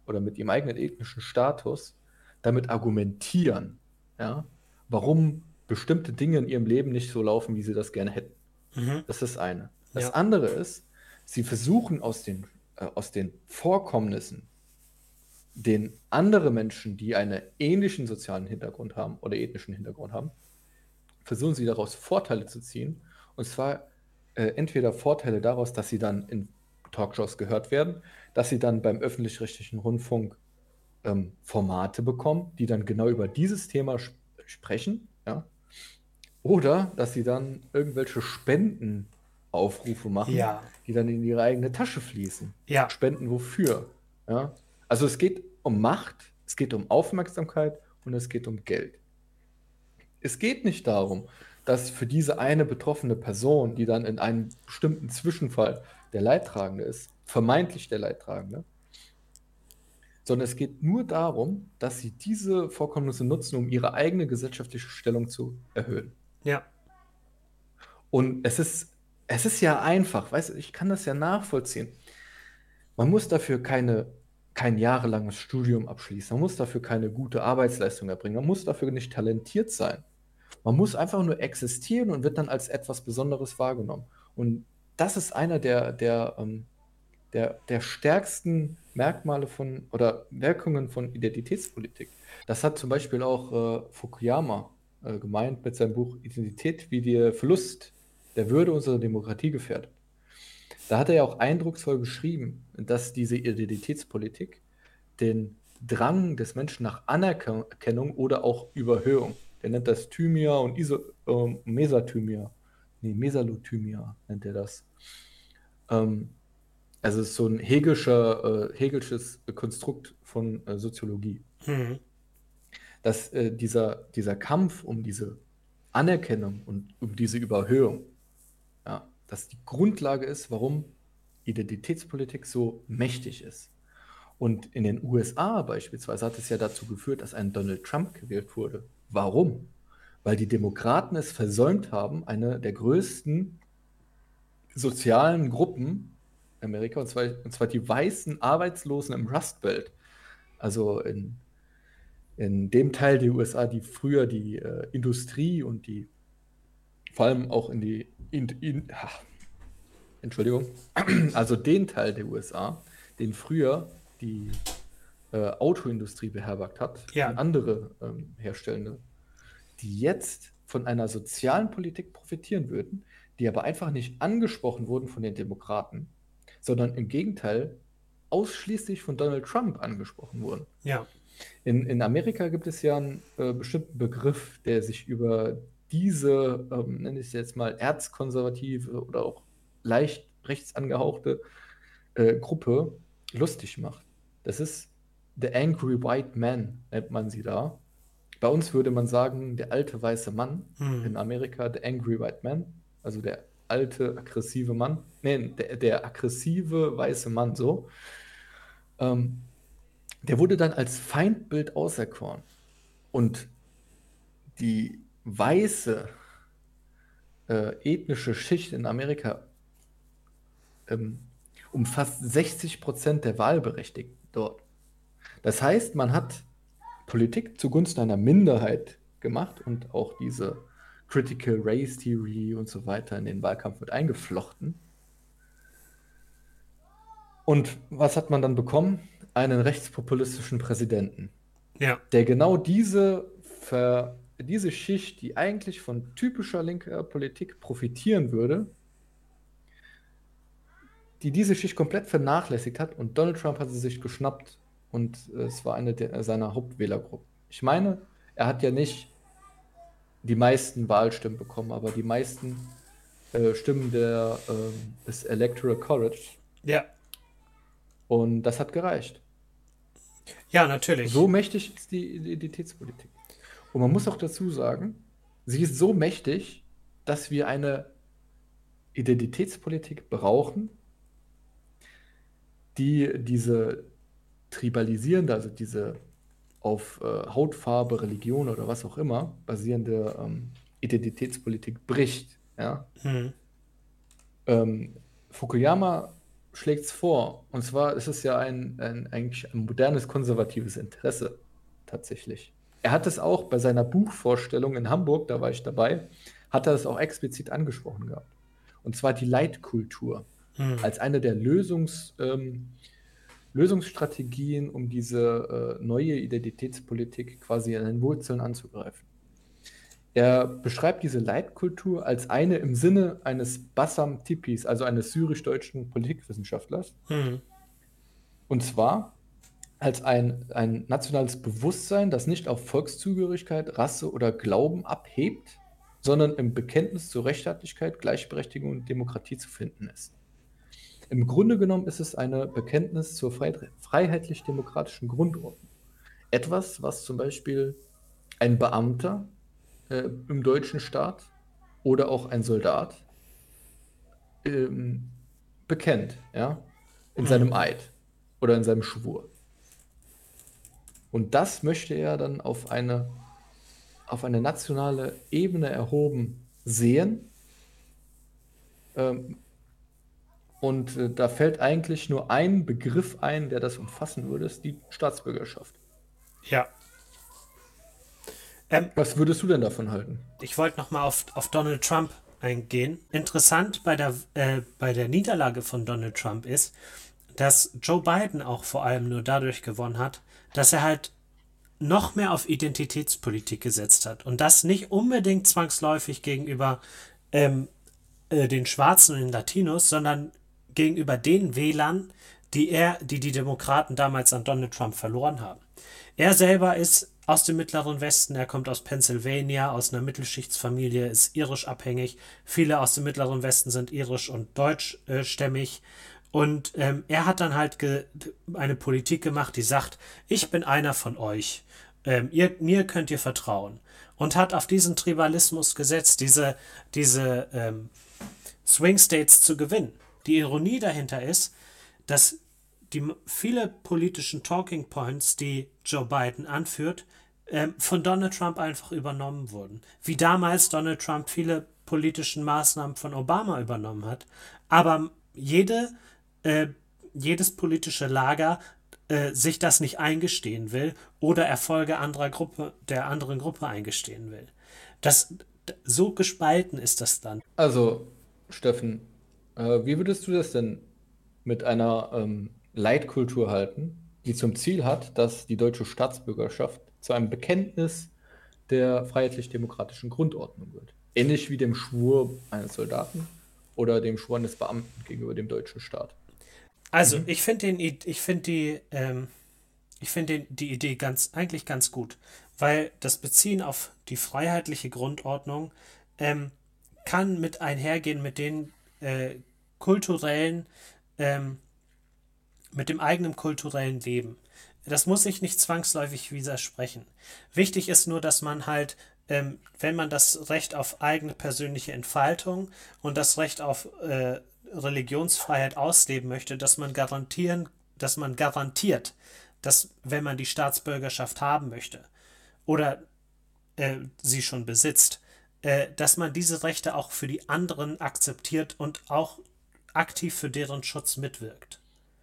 oder mit ihrem eigenen ethnischen Status damit argumentieren, ja, warum bestimmte Dinge in ihrem Leben nicht so laufen, wie sie das gerne hätten. Mhm. Das ist das eine. Das Ja. andere ist, sie versuchen aus den, äh, aus den Vorkommnissen, den andere Menschen, die einen ähnlichen sozialen Hintergrund haben oder ethnischen Hintergrund haben, versuchen sie daraus Vorteile zu ziehen. Und zwar äh, entweder Vorteile daraus, dass sie dann in Talkshows gehört werden, dass sie dann beim öffentlich-rechtlichen Rundfunk ähm, Formate bekommen, die dann genau über dieses Thema sp sprechen, ja. Oder dass sie dann irgendwelche Spendenaufrufe machen, Ja. die dann in ihre eigene Tasche fließen. Ja. Spenden wofür? Ja? Also es geht um Macht, es geht um Aufmerksamkeit und es geht um Geld. Es geht nicht darum, dass für diese eine betroffene Person, die dann in einem bestimmten Zwischenfall der Leidtragende ist, vermeintlich der Leidtragende, sondern es geht nur darum, dass sie diese Vorkommnisse nutzen, um ihre eigene gesellschaftliche Stellung zu erhöhen. Ja. Und es ist, es ist ja einfach, weißt du, ich kann das ja nachvollziehen. Man muss dafür keine, kein jahrelanges Studium abschließen, man muss dafür keine gute Arbeitsleistung erbringen, man muss dafür nicht talentiert sein. Man muss einfach nur existieren und wird dann als etwas Besonderes wahrgenommen. Und das ist einer der, der, ähm, der, der stärksten Merkmale von oder Wirkungen von Identitätspolitik. Das hat zum Beispiel auch äh, Fukuyama äh, gemeint mit seinem Buch Identität, wie der Verlust der Würde unserer Demokratie gefährdet. Da hat er ja auch eindrucksvoll beschrieben, dass diese Identitätspolitik den Drang des Menschen nach Anerkennung oder auch Überhöhung, der nennt das Thymia und Iso, äh, Mesathymia, nee, Mesalothymia nennt er das. Ähm, also es ist so ein Hegelscher, äh, Hegelsches Konstrukt von äh, Soziologie. Mhm. Dass äh, dieser, dieser Kampf um diese Anerkennung und um diese Überhöhung, ja, dass die Grundlage ist, warum Identitätspolitik so mächtig ist. Und in den U S A beispielsweise hat es ja dazu geführt, dass ein Donald Trump gewählt wurde. Warum? Weil die Demokraten es versäumt haben, eine der größten sozialen Gruppen in Amerika, und zwar, und zwar die weißen Arbeitslosen im Rust Belt, also in, in dem Teil der U S A, die früher die äh, Industrie und die, vor allem auch in die, in, in, ach, Entschuldigung, also den Teil der U S A, den früher die äh, Autoindustrie beherbergt hat Ja. und andere ähm, Herstellende, die jetzt von einer sozialen Politik profitieren würden, die aber einfach nicht angesprochen wurden von den Demokraten, sondern im Gegenteil ausschließlich von Donald Trump angesprochen wurden. Ja. In, in Amerika gibt es ja einen äh, bestimmten Begriff, der sich über diese, ähm, nenne ich es jetzt mal, erzkonservative oder auch leicht rechts angehauchte äh, Gruppe lustig macht. Das ist The Angry White Man, nennt man sie da. Bei uns würde man sagen, der alte weiße Mann. Mhm. In Amerika The Angry White Man, also der alte aggressive Mann. Nee, der, der aggressive weiße Mann, so. Ähm, der wurde dann als Feindbild auserkoren. Und die weiße äh, ethnische Schicht in Amerika ähm, umfasst sechzig Prozent der Wahlberechtigten dort. Das heißt, man hat Politik zugunsten einer Minderheit gemacht und auch diese Critical Race Theory und so weiter in den Wahlkampf mit eingeflochten. Und was hat man dann bekommen? Einen rechtspopulistischen Präsidenten, Ja. der genau diese, Ver diese Schicht, die eigentlich von typischer linker Politik profitieren würde, die diese Schicht komplett vernachlässigt hat, und Donald Trump hat sie sich geschnappt und äh, es war eine der, seiner Hauptwählergruppen. Ich meine, er hat ja nicht die meisten Wahlstimmen bekommen, aber die meisten äh, Stimmen der, äh, des Electoral College. Ja. Und das hat gereicht. Ja, natürlich. So mächtig ist die Identitätspolitik. Und man muss auch dazu sagen, sie ist so mächtig, dass wir eine Identitätspolitik brauchen, die diese tribalisierende, also diese auf äh, Hautfarbe, Religion oder was auch immer basierende ähm, Identitätspolitik bricht. Ja? Mhm. Ähm, Fukuyama schlägt es vor. Und zwar ist es ja ein, ein eigentlich ein modernes konservatives Interesse tatsächlich. Er hat es auch bei seiner Buchvorstellung in Hamburg, da war ich dabei, hat er es auch explizit angesprochen gehabt. Und zwar die Leitkultur Hm. als eine der Lösungs, ähm, Lösungsstrategien, um diese äh, neue Identitätspolitik quasi an den Wurzeln anzugreifen. Er beschreibt diese Leitkultur als eine im Sinne eines Bassam Tipis, also eines syrisch-deutschen Politikwissenschaftlers, Hm. und zwar als ein, ein nationales Bewusstsein, das nicht auf Volkszugehörigkeit, Rasse oder Glauben abhebt, sondern im Bekenntnis zur Rechtsstaatlichkeit, Gleichberechtigung und Demokratie zu finden ist. Im Grunde genommen ist es eine Bekenntnis zur frei- freiheitlich-demokratischen Grundordnung. Etwas, was zum Beispiel ein Beamter äh, im deutschen Staat oder auch ein Soldat ähm, bekennt, ja, in Hm. seinem Eid oder in seinem Schwur. Und das möchte er dann auf eine, auf eine nationale Ebene erhoben sehen. Ähm, und äh, da fällt eigentlich nur ein Begriff ein, der das umfassen würde, ist die Staatsbürgerschaft. Ja. Ähm, Was würdest du denn davon halten? ich wollte nochmal auf, auf Donald Trump eingehen. Interessant bei der, äh, bei der Niederlage von Donald Trump ist, dass Joe Biden auch vor allem nur dadurch gewonnen hat, dass er halt noch mehr auf Identitätspolitik gesetzt hat. Und das nicht unbedingt zwangsläufig gegenüber ähm, äh, den Schwarzen und den Latinos, sondern gegenüber den Wählern, die er, die die Demokraten damals an Donald Trump verloren haben. Er selber ist aus dem Mittleren Westen, er kommt aus Pennsylvania, aus einer Mittelschichtsfamilie, ist irisch abhängig. Viele aus dem Mittleren Westen sind irisch und deutschstämmig. Und ähm, er hat dann halt ge- eine Politik gemacht, die sagt, ich bin einer von euch. Ähm, ihr, mir könnt ihr vertrauen. Und hat auf diesen Tribalismus gesetzt, diese, diese ähm, Swing States zu gewinnen. Die Ironie dahinter ist, dass die viele politischen Talking Points, die Joe Biden anführt, ähm, von Donald Trump einfach übernommen wurden. Wie damals Donald Trump viele politischen Maßnahmen von Obama übernommen hat. Aber jede, äh, jedes politische Lager äh, sich das nicht eingestehen will oder Erfolge anderer Gruppe, der anderen Gruppe eingestehen will. Das, so gespalten ist das Land. Also, Steffen, äh, wie würdest du das denn mit einer ähm, Leitkultur halten, die zum Ziel hat, dass die deutsche Staatsbürgerschaft zu einem Bekenntnis der freiheitlich-demokratischen Grundordnung wird? Ähnlich wie dem Schwur eines Soldaten oder dem Schwur eines Beamten gegenüber dem deutschen Staat. Also, Mhm. ich finde den, ich finde die, ähm, ich finde die Idee ganz, eigentlich ganz gut, weil das Beziehen auf die freiheitliche Grundordnung ähm, kann mit einhergehen mit den äh, kulturellen, ähm, mit dem eigenen kulturellen Leben. Das muss sich nicht zwangsläufig widersprechen. Wichtig ist nur, dass man halt, ähm, wenn man das Recht auf eigene persönliche Entfaltung und das Recht auf äh, Religionsfreiheit ausleben möchte, dass man garantieren, dass man garantiert, dass wenn man die Staatsbürgerschaft haben möchte oder äh, sie schon besitzt, äh, dass man diese Rechte auch für die anderen akzeptiert und auch aktiv für deren Schutz mitwirkt.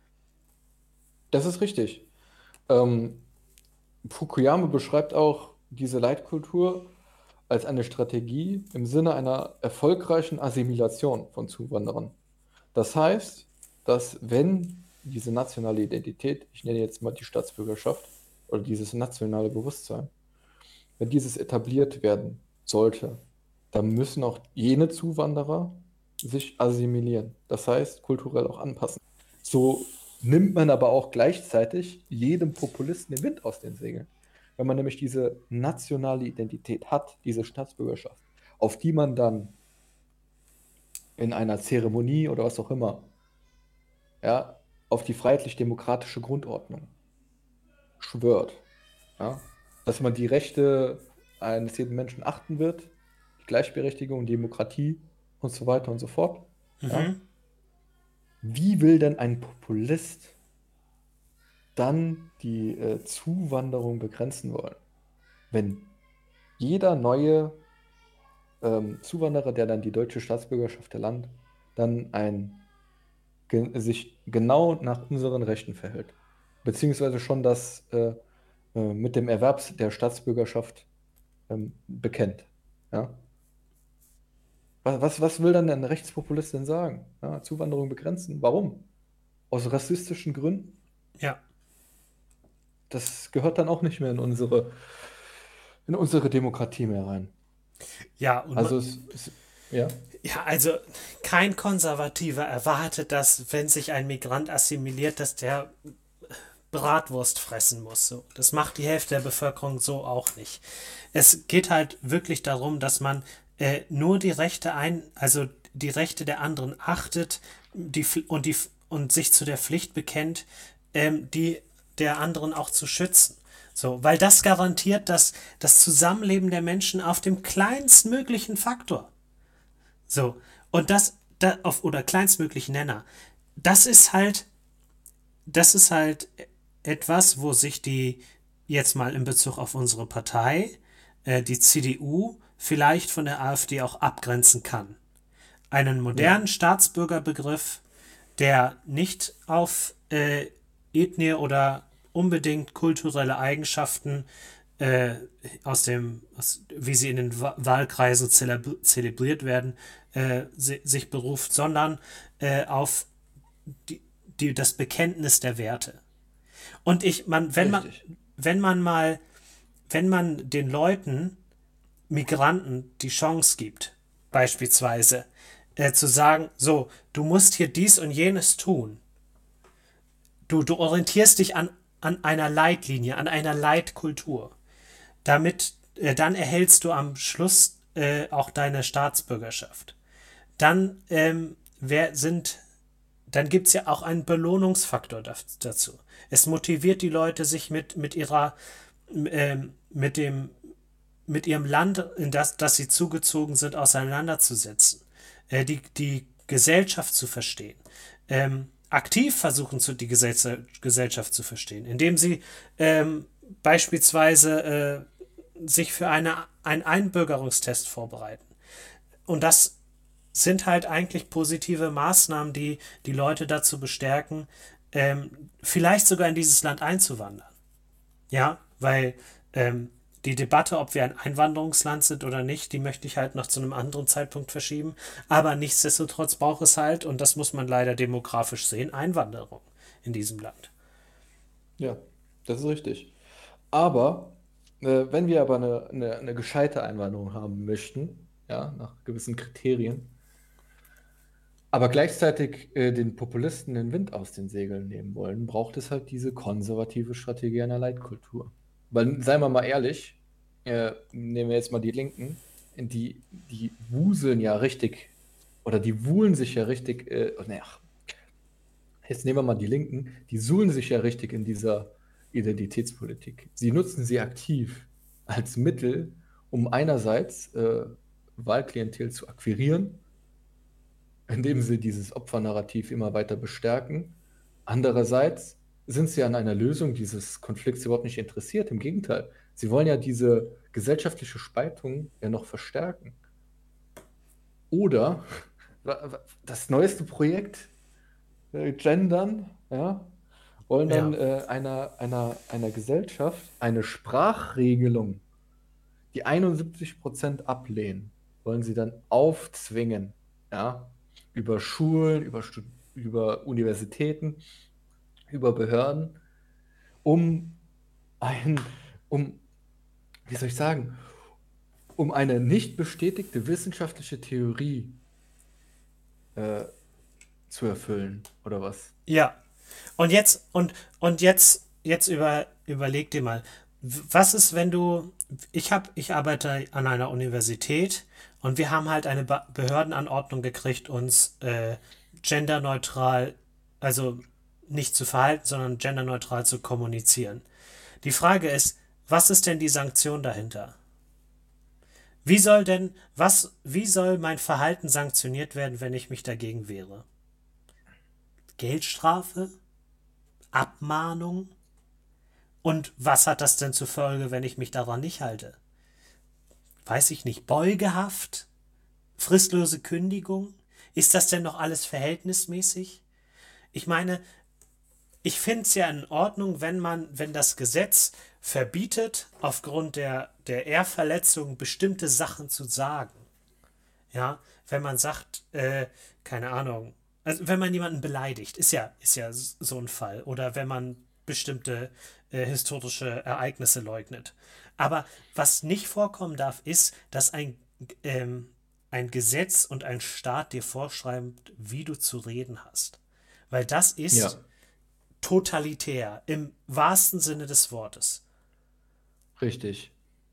Das ist richtig. Ähm, Fukuyama beschreibt auch diese Leitkultur als eine Strategie im Sinne einer erfolgreichen Assimilation von Zuwanderern. Das heißt, dass wenn diese nationale Identität, ich nenne jetzt mal die Staatsbürgerschaft oder dieses nationale Bewusstsein, wenn dieses etabliert werden sollte, dann müssen auch jene Zuwanderer sich assimilieren. Das heißt, kulturell auch anpassen. So nimmt man aber auch gleichzeitig jedem Populisten den Wind aus den Segeln. Wenn man nämlich diese nationale Identität hat, diese Staatsbürgerschaft, auf die man dann in einer Zeremonie oder was auch immer, ja, auf die freiheitlich-demokratische Grundordnung schwört, ja, dass man die Rechte eines jeden Menschen achten wird, die Gleichberechtigung, Demokratie und so weiter und so fort. Ja. Mhm. Wie will denn ein Populist dann die äh, Zuwanderung begrenzen wollen, wenn jeder neue ähm, Zuwanderer, der dann die deutsche Staatsbürgerschaft erlangt, dann ein ge sich genau nach unseren Rechten verhält. Beziehungsweise schon das äh, äh, mit dem Erwerb der Staatsbürgerschaft ähm, bekennt. Ja? Was, was, was will dann ein Rechtspopulist denn sagen? Ja, Zuwanderung begrenzen? Warum? Aus rassistischen Gründen? Ja. Das gehört dann auch nicht mehr in unsere, in unsere Demokratie mehr rein. Ja, und man, Also es, es ja, ja, also kein Konservativer erwartet, dass, wenn sich ein Migrant assimiliert, dass der Bratwurst fressen muss. So. Das macht die Hälfte der Bevölkerung so auch nicht. Es geht halt wirklich darum, dass man äh, nur die Rechte ein, also die Rechte der anderen achtet, die, und, die, und sich zu der Pflicht bekennt, ähm, die der anderen auch zu schützen. So, weil das garantiert, dass das Zusammenleben der Menschen auf dem kleinstmöglichen Faktor, so, und das, da, auf, oder kleinstmöglichen Nenner, das ist halt, das ist halt etwas, wo sich die, jetzt mal in Bezug auf unsere Partei, äh, die C D U vielleicht von der AfD auch abgrenzen kann. Einen ja, modernen Staatsbürgerbegriff, der nicht auf äh, Ethnie oder unbedingt kulturelle Eigenschaften äh, aus dem, aus, wie sie in den Wa- Wahlkreisen zeleb zelebriert werden, äh, si sich beruft, sondern äh, auf die, die, das Bekenntnis der Werte. Und ich, man, wenn man, richtig. wenn man mal, wenn man den Leuten, Migranten, die Chance gibt, beispielsweise, äh, zu sagen, so, du musst hier dies und jenes tun. Du, du orientierst dich an, an einer Leitlinie, an einer Leitkultur. Damit, äh, dann erhältst du am Schluss äh, auch deine Staatsbürgerschaft. Dann ähm, wer sind dann gibt es ja auch einen Belohnungsfaktor dazu. Es motiviert die Leute, sich mit, mit ihrer, ähm, mit dem, mit ihrem Land, in das, das sie zugezogen sind, auseinanderzusetzen, äh, die, die Gesellschaft zu verstehen, ähm, aktiv versuchen, zu, die Gesell Gesellschaft zu verstehen, indem sie ähm, beispielsweise äh, sich für eine, einen Einbürgerungstest vorbereiten. Und das sind halt eigentlich positive Maßnahmen, die die Leute dazu bestärken, ähm, vielleicht sogar in dieses Land einzuwandern. Ja, weil ähm, die Debatte, ob wir ein Einwanderungsland sind oder nicht, die möchte ich halt noch zu einem anderen Zeitpunkt verschieben. Aber nichtsdestotrotz braucht es halt, und das muss man leider demografisch sehen, Einwanderung in diesem Land. Ja, das ist richtig. Aber äh, wenn wir aber eine, eine, eine gescheite Einwanderung haben möchten, ja, nach gewissen Kriterien, aber gleichzeitig äh, den Populisten den Wind aus den Segeln nehmen wollen, braucht es halt diese konservative Strategie einer Leitkultur. Weil, seien wir mal ehrlich, äh, nehmen wir jetzt mal die Linken, die, die wuseln ja richtig, oder die wuhlen sich ja richtig, äh, oh, ne, ach, jetzt nehmen wir mal die Linken, die suhlen sich ja richtig in dieser Identitätspolitik. Sie nutzen sie aktiv als Mittel, um einerseits äh, Wahlklientel zu akquirieren, indem sie dieses Opfernarrativ immer weiter bestärken. Andererseits sind sie an einer Lösung dieses Konflikts überhaupt nicht interessiert. Im Gegenteil, sie wollen ja diese gesellschaftliche Spaltung ja noch verstärken. Oder das neueste Projekt, äh, Gendern, ja, wollen dann Ja, äh, einer, einer, einer Gesellschaft eine Sprachregelung, die einundsiebzig Prozent ablehnen, wollen sie dann aufzwingen, ja, über Schulen, über, Stud über Universitäten, über Behörden, um ein, um, wie soll ich sagen, um eine nicht bestätigte wissenschaftliche Theorie äh, zu erfüllen, oder was? ja. Und jetzt, und, und jetzt, jetzt über, überleg dir mal, was ist, wenn du, ich habe, ich arbeite an einer Universität und wir haben halt eine Behördenanordnung gekriegt, uns äh, genderneutral, also nicht zu verhalten, sondern genderneutral zu kommunizieren. Die Frage ist, was ist denn die Sanktion dahinter? Wie soll denn, was, wie soll mein Verhalten sanktioniert werden, wenn ich mich dagegen wehre? Geldstrafe? Abmahnung? Und was hat das denn zur Folge, wenn ich mich daran nicht halte? Weiß ich nicht, Beugehaft? Fristlose Kündigung? Ist das denn noch alles verhältnismäßig? ich meine, ich finde es ja in Ordnung, wenn man, wenn das Gesetz verbietet, aufgrund der, der Ehrverletzung bestimmte Sachen zu sagen. Ja, wenn man sagt, äh, keine Ahnung, also wenn man jemanden beleidigt, ist ja, ist ja so ein Fall. Oder wenn man bestimmte äh, historische Ereignisse leugnet. Aber was nicht vorkommen darf, ist, dass ein, ähm, ein Gesetz und ein Staat dir vorschreibt, wie du zu reden hast. Weil das Ja, ist totalitär im wahrsten Sinne des Wortes. richtig.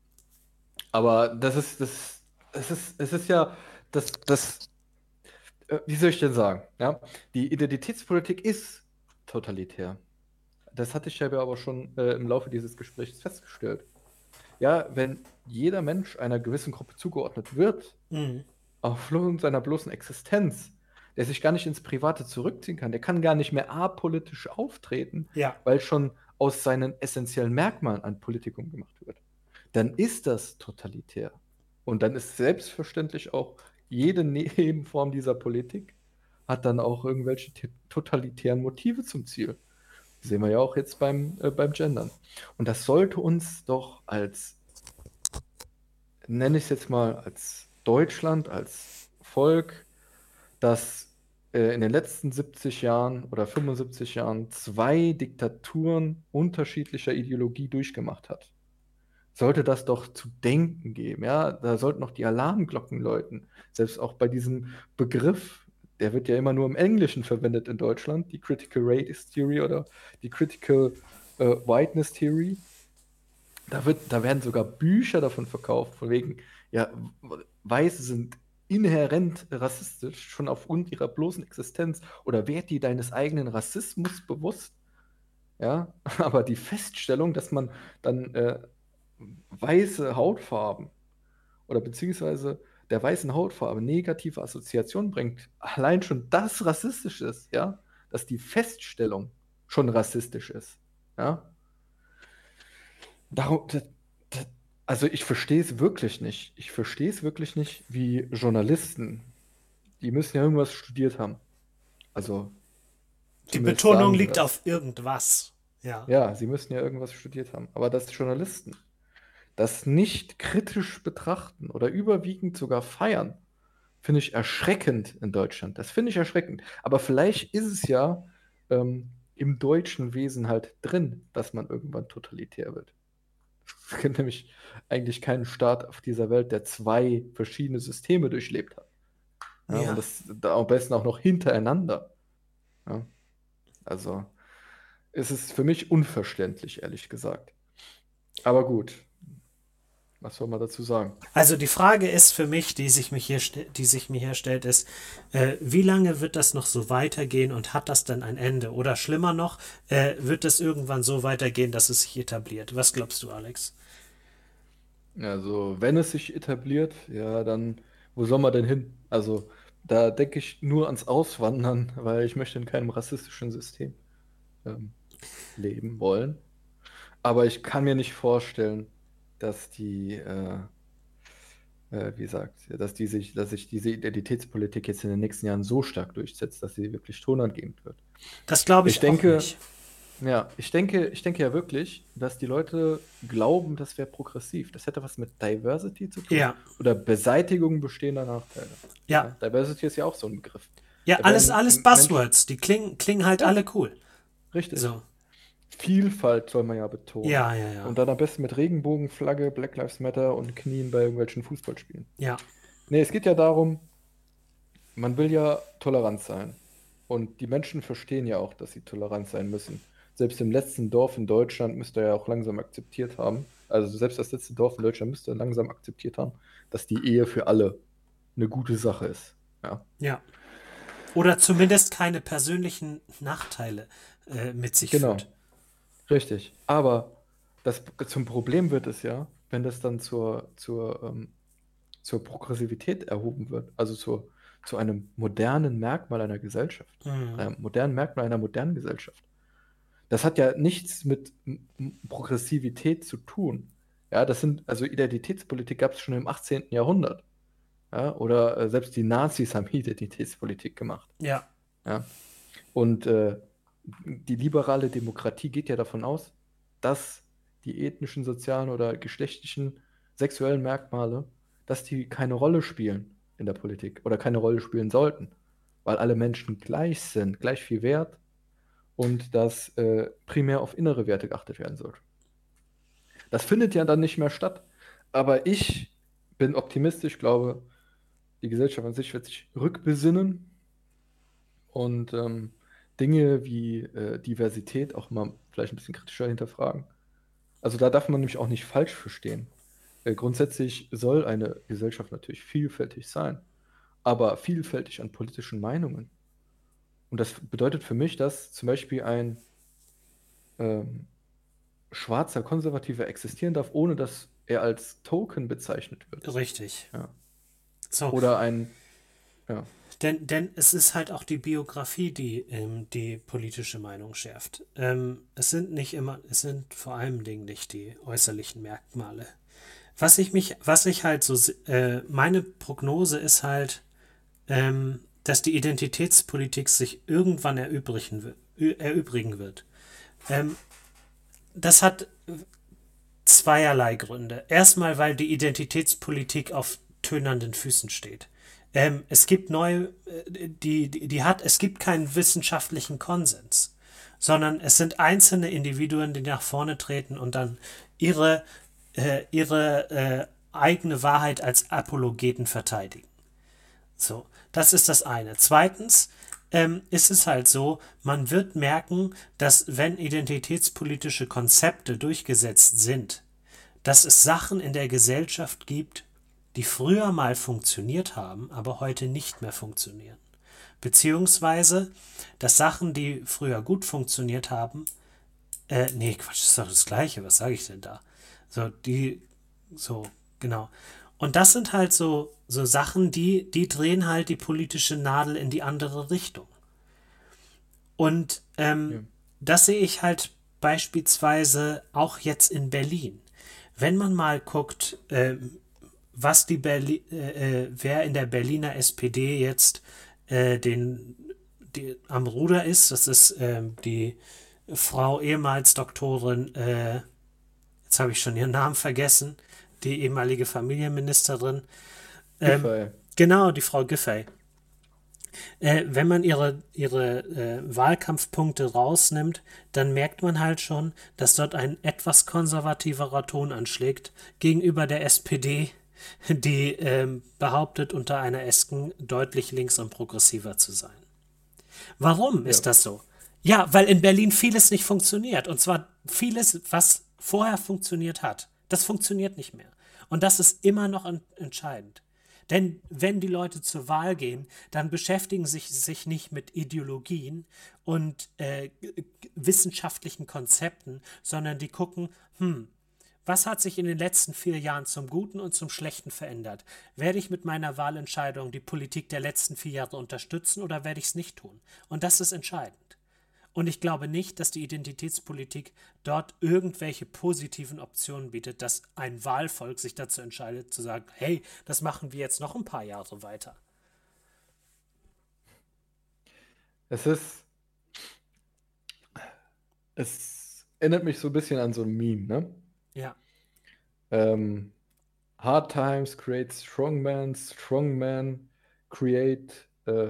Aber das ist, das, es ist, es ist ja, das, das, äh, wie soll ich denn sagen? Ja, die Identitätspolitik ist totalitär. Das hatte ich ja aber schon äh, im Laufe dieses Gesprächs festgestellt. Ja, wenn jeder Mensch einer gewissen Gruppe zugeordnet wird, Mhm. aufgrund seiner bloßen Existenz, der sich gar nicht ins Private zurückziehen kann, der kann gar nicht mehr apolitisch auftreten, Ja, weil schon aus seinen essentiellen Merkmalen ein Politikum gemacht wird, dann ist das totalitär. Und dann ist selbstverständlich auch jede Nebenform dieser Politik hat dann auch irgendwelche t- totalitären Motive zum Ziel. Sehen wir ja auch jetzt beim, äh, beim Gendern. Und das sollte uns doch als, nenne ich es jetzt mal, als Deutschland, als Volk, das äh, in den letzten siebzig Jahren oder fünfundsiebzig Jahren zwei Diktaturen unterschiedlicher Ideologie durchgemacht hat, sollte das doch zu denken geben. Ja, da sollten noch die Alarmglocken läuten. Selbst auch bei diesem Begriff, der wird ja immer nur im Englischen verwendet in Deutschland, die Critical Race Theory oder die Critical äh, Whiteness Theory. Da wird, da werden sogar Bücher davon verkauft, von wegen, ja, Weiße sind inhärent rassistisch, schon aufgrund ihrer bloßen Existenz. Oder werd dir deines eigenen Rassismus bewusst. Ja, aber die Feststellung, dass man dann äh, weiße Hautfarben oder beziehungsweise der weißen Hautfarbe negative Assoziationen bringt, allein schon das rassistisch ist, ja, dass die Feststellung schon rassistisch ist, ja. Darum, das, das, also ich verstehe es wirklich nicht. Ich verstehe es wirklich nicht, wie Journalisten, die müssen ja irgendwas studiert haben. Also die zumindest Betonung sagen sie liegt das. auf irgendwas. Ja. Ja, sie müssen ja irgendwas studiert haben. Aber dass Journalisten das nicht kritisch betrachten oder überwiegend sogar feiern, finde ich erschreckend in Deutschland. Das finde ich erschreckend. Aber vielleicht ist es ja ähm, im deutschen Wesen halt drin, dass man irgendwann totalitär wird. Es gibt nämlich eigentlich keinen Staat auf dieser Welt, der zwei verschiedene Systeme durchlebt hat. Ja, und Ja. das da am besten auch noch hintereinander. Ja, also es ist für mich unverständlich, ehrlich gesagt. Aber gut, was soll man dazu sagen? Also die Frage ist für mich, die sich, mich hier, ste- die sich mir hier stellt, ist, äh, wie lange wird das noch so weitergehen und hat das dann ein Ende? Oder schlimmer noch, äh, wird es irgendwann so weitergehen, dass es sich etabliert? Was glaubst du, Alex? Also, wenn es sich etabliert, ja, dann, wo soll man denn hin? Also, da denke ich nur ans Auswandern, weil ich möchte in keinem rassistischen System ähm, leben wollen. Aber ich kann mir nicht vorstellen, dass die, äh, äh, wie gesagt, dass die sich, dass sich diese Identitätspolitik jetzt in den nächsten Jahren so stark durchsetzt, dass sie wirklich tonangebend wird. Das glaube Ich ich auch denke, nicht. ja, ich denke, ich denke ja wirklich, dass die Leute glauben, das wäre progressiv. Das hätte was mit Diversity zu tun Ja, oder Beseitigung bestehender Nachteile. ja, Ja, Diversity ist ja auch so ein Begriff. ja, Da alles, werden alles M- Menschen, Buzzwords. Die klingen, klingen halt ja, alle cool. richtig. So. Vielfalt soll man ja betonen. Ja, ja, ja. Und dann am besten mit Regenbogenflagge, Black Lives Matter und Knien bei irgendwelchen Fußballspielen. Ja, Nee, es geht ja darum, man will ja tolerant sein. Und die Menschen verstehen ja auch, dass sie tolerant sein müssen. Selbst im letzten Dorf in Deutschland müsste er ja auch langsam akzeptiert haben. Also selbst das letzte Dorf in Deutschland müsste langsam akzeptiert haben, dass die Ehe für alle eine gute Sache ist. Ja, ja. Oder zumindest keine persönlichen Nachteile äh, mit sich führt. genau, richtig. Aber das, zum Problem wird es ja, wenn das dann zur, zur, ähm, zur Progressivität erhoben wird, also zur, zu einem modernen Merkmal einer Gesellschaft, Mhm. einem modernen Merkmal einer modernen Gesellschaft. Das hat ja nichts mit M- M- Progressivität zu tun. Ja, das sind, also Identitätspolitik gab es schon im achtzehnten. Jahrhundert. Ja, oder äh, selbst die Nazis haben Identitätspolitik gemacht. Ja, Ja. Und äh, die liberale Demokratie geht ja davon aus, dass die ethnischen, sozialen oder geschlechtlichen sexuellen Merkmale, dass die keine Rolle spielen in der Politik oder keine Rolle spielen sollten, weil alle Menschen gleich sind, gleich viel wert und dass äh, primär auf innere Werte geachtet werden soll. Das findet ja dann nicht mehr statt. Aber ich bin optimistisch, glaube, die Gesellschaft an sich wird sich rückbesinnen und ähm, Dinge wie äh, Diversität auch mal vielleicht ein bisschen kritischer hinterfragen. Also da darf man nämlich auch nicht falsch verstehen. Äh, grundsätzlich soll eine Gesellschaft natürlich vielfältig sein, aber vielfältig an politischen Meinungen. Und das bedeutet für mich, dass zum Beispiel ein ähm, schwarzer Konservativer existieren darf, ohne dass er als Token bezeichnet wird. Richtig. Ja. So, Oder ein, ja, denn, denn es ist halt auch die Biografie, die ähm, die politische Meinung schärft. Ähm, es sind nicht immer, es sind vor allen Dingen nicht die äußerlichen Merkmale. Was ich mich, was ich halt so, se- äh, meine Prognose ist halt, ähm, dass die Identitätspolitik sich irgendwann erübrigen, wi- ü- erübrigen wird. Ähm, das hat zweierlei Gründe. Erstmal, weil die Identitätspolitik auf tönernden Füßen steht. Ähm, es gibt neue, äh, die, die, die hat, es gibt keinen wissenschaftlichen Konsens, sondern es sind einzelne Individuen, die nach vorne treten und dann ihre, äh, ihre äh, eigene Wahrheit als Apologeten verteidigen. So, das ist das eine. Zweitens ähm, ist es halt so, man wird merken, dass wenn identitätspolitische Konzepte durchgesetzt sind, dass es Sachen in der Gesellschaft gibt, die früher mal funktioniert haben, aber heute nicht mehr funktionieren. Beziehungsweise, dass Sachen, die früher gut funktioniert haben, äh, nee, Quatsch, das ist doch das Gleiche, was sage ich denn da? So, die, so, genau. Und das sind halt so, so Sachen, die, die drehen halt die politische Nadel in die andere Richtung. Und ähm, ja. das sehe ich halt beispielsweise auch jetzt in Berlin. Wenn man mal guckt, ähm, was die Berli äh, äh, wer in der Berliner S P D jetzt äh, den, die, am Ruder ist, das ist ähm, die Frau ehemals Doktorin, äh, jetzt habe ich schon ihren Namen vergessen, die ehemalige Familienministerin. Ähm, Giffey. genau, die Frau Giffey. Äh, wenn man ihre, ihre äh, Wahlkampfpunkte rausnimmt, dann merkt man halt schon, dass dort ein etwas konservativerer Ton anschlägt gegenüber der S P D, die ähm, behauptet, unter einer Esken deutlich links und progressiver zu sein. Warum Ja. ist das so? Ja, weil in Berlin vieles nicht funktioniert. Und zwar vieles, was vorher funktioniert hat. Das funktioniert nicht mehr. Und das ist immer noch en entscheidend. Denn wenn die Leute zur Wahl gehen, dann beschäftigen sich sich nicht mit Ideologien und äh, wissenschaftlichen Konzepten, sondern die gucken, hm, was hat sich in den letzten vier Jahren zum Guten und zum Schlechten verändert? Werde ich mit meiner Wahlentscheidung die Politik der letzten vier Jahre unterstützen oder werde ich es nicht tun? Und das ist entscheidend. Und ich glaube nicht, dass die Identitätspolitik dort irgendwelche positiven Optionen bietet, dass ein Wahlvolk sich dazu entscheidet, zu sagen, hey, das machen wir jetzt noch ein paar Jahre weiter. Es ist, es erinnert mich so ein bisschen an so ein Meme, ne? Ja, Ähm, Hard times create strong men, strong men create äh,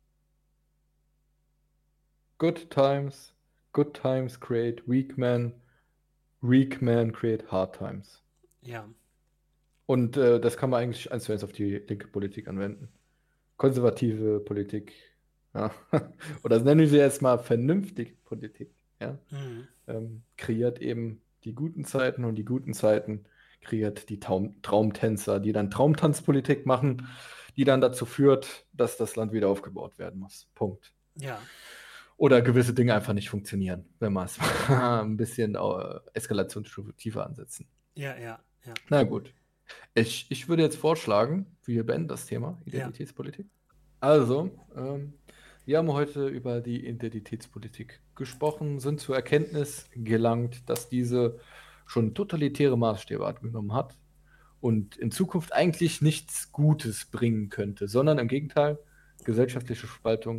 good times, good times create weak men, weak men create hard times. ja, Und äh, das kann man eigentlich eins zu eins auf die linke Politik anwenden. Konservative Politik, ja. Oder nennen wir sie jetzt mal vernünftige Politik, ja. mhm. Ähm, kreiert eben die guten Zeiten und die guten Zeiten kreiert die Traum Traumtänzer, die dann Traumtanzpolitik machen, die dann dazu führt, dass das Land wieder aufgebaut werden muss. Punkt. Ja, Oder gewisse Dinge einfach nicht funktionieren, wenn man es ein bisschen äh, Eskalationsstufe tiefer ansetzen. ja, ja, ja, Na gut. Ich, ich würde jetzt vorschlagen, wir beenden das Thema ja, Identitätspolitik. Also, ähm, wir haben heute über die Identitätspolitik gesprochen, sind zur Erkenntnis gelangt, dass diese schon totalitäre Maßstäbe angenommen hat und in Zukunft eigentlich nichts Gutes bringen könnte, sondern im Gegenteil gesellschaftliche Spaltung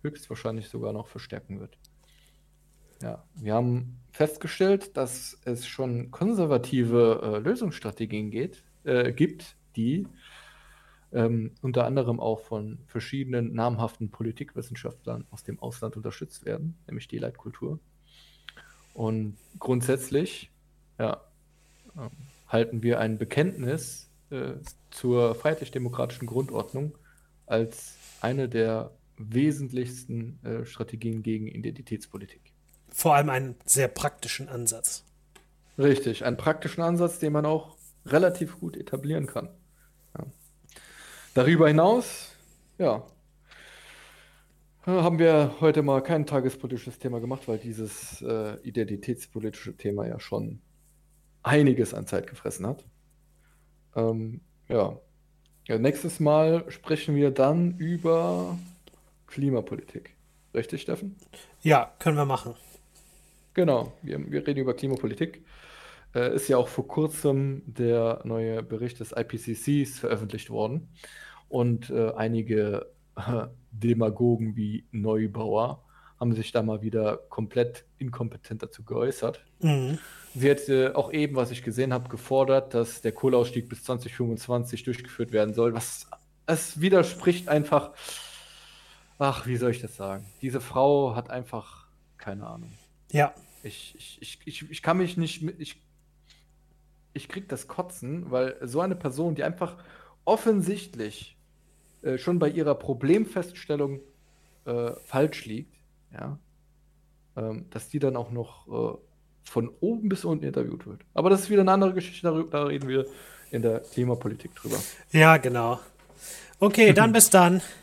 höchstwahrscheinlich sogar noch verstärken wird. Ja, wir haben festgestellt, dass es schon konservative äh, Lösungsstrategien geht, äh, gibt, die ähm, unter anderem auch von verschiedenen namhaften Politikwissenschaftlern aus dem Ausland unterstützt werden, nämlich die Leitkultur. Und grundsätzlich ja, ähm, halten wir ein Bekenntnis äh, zur freiheitlich-demokratischen Grundordnung als eine der wesentlichsten äh, Strategien gegen Identitätspolitik. Vor allem einen sehr praktischen Ansatz. Richtig, einen praktischen Ansatz, den man auch relativ gut etablieren kann. Ja. Darüber hinaus, ja, haben wir heute mal kein tagespolitisches Thema gemacht, weil dieses äh, identitätspolitische Thema ja schon einiges an Zeit gefressen hat. Ähm, ja. ja, nächstes Mal sprechen wir dann über Klimapolitik. Richtig, Steffen? Ja, können wir machen. Genau, wir, wir reden über Klimapolitik. Äh, ist ja auch vor kurzem der neue Bericht des I P C Cs veröffentlicht worden. Und äh, einige äh, Demagogen wie Neubauer haben sich da mal wieder komplett inkompetent dazu geäußert. Mhm. Sie hat äh, auch eben, was ich gesehen habe, gefordert, dass der Kohleausstieg bis zwanzig fünfundzwanzig durchgeführt werden soll. Was es widerspricht einfach. Ach, wie soll ich das sagen? Diese Frau hat einfach keine Ahnung. Ja. Ich, ich, ich, ich, ich kann mich nicht mit. Ich, ich krieg das Kotzen, weil so eine Person, die einfach offensichtlich äh, schon bei ihrer Problemfeststellung äh, falsch liegt, ja, ähm, dass die dann auch noch äh, von oben bis unten interviewt wird. Aber das ist wieder eine andere Geschichte, darüber, da reden wir in der Klimapolitik drüber. Ja, genau. Okay, dann bis dann.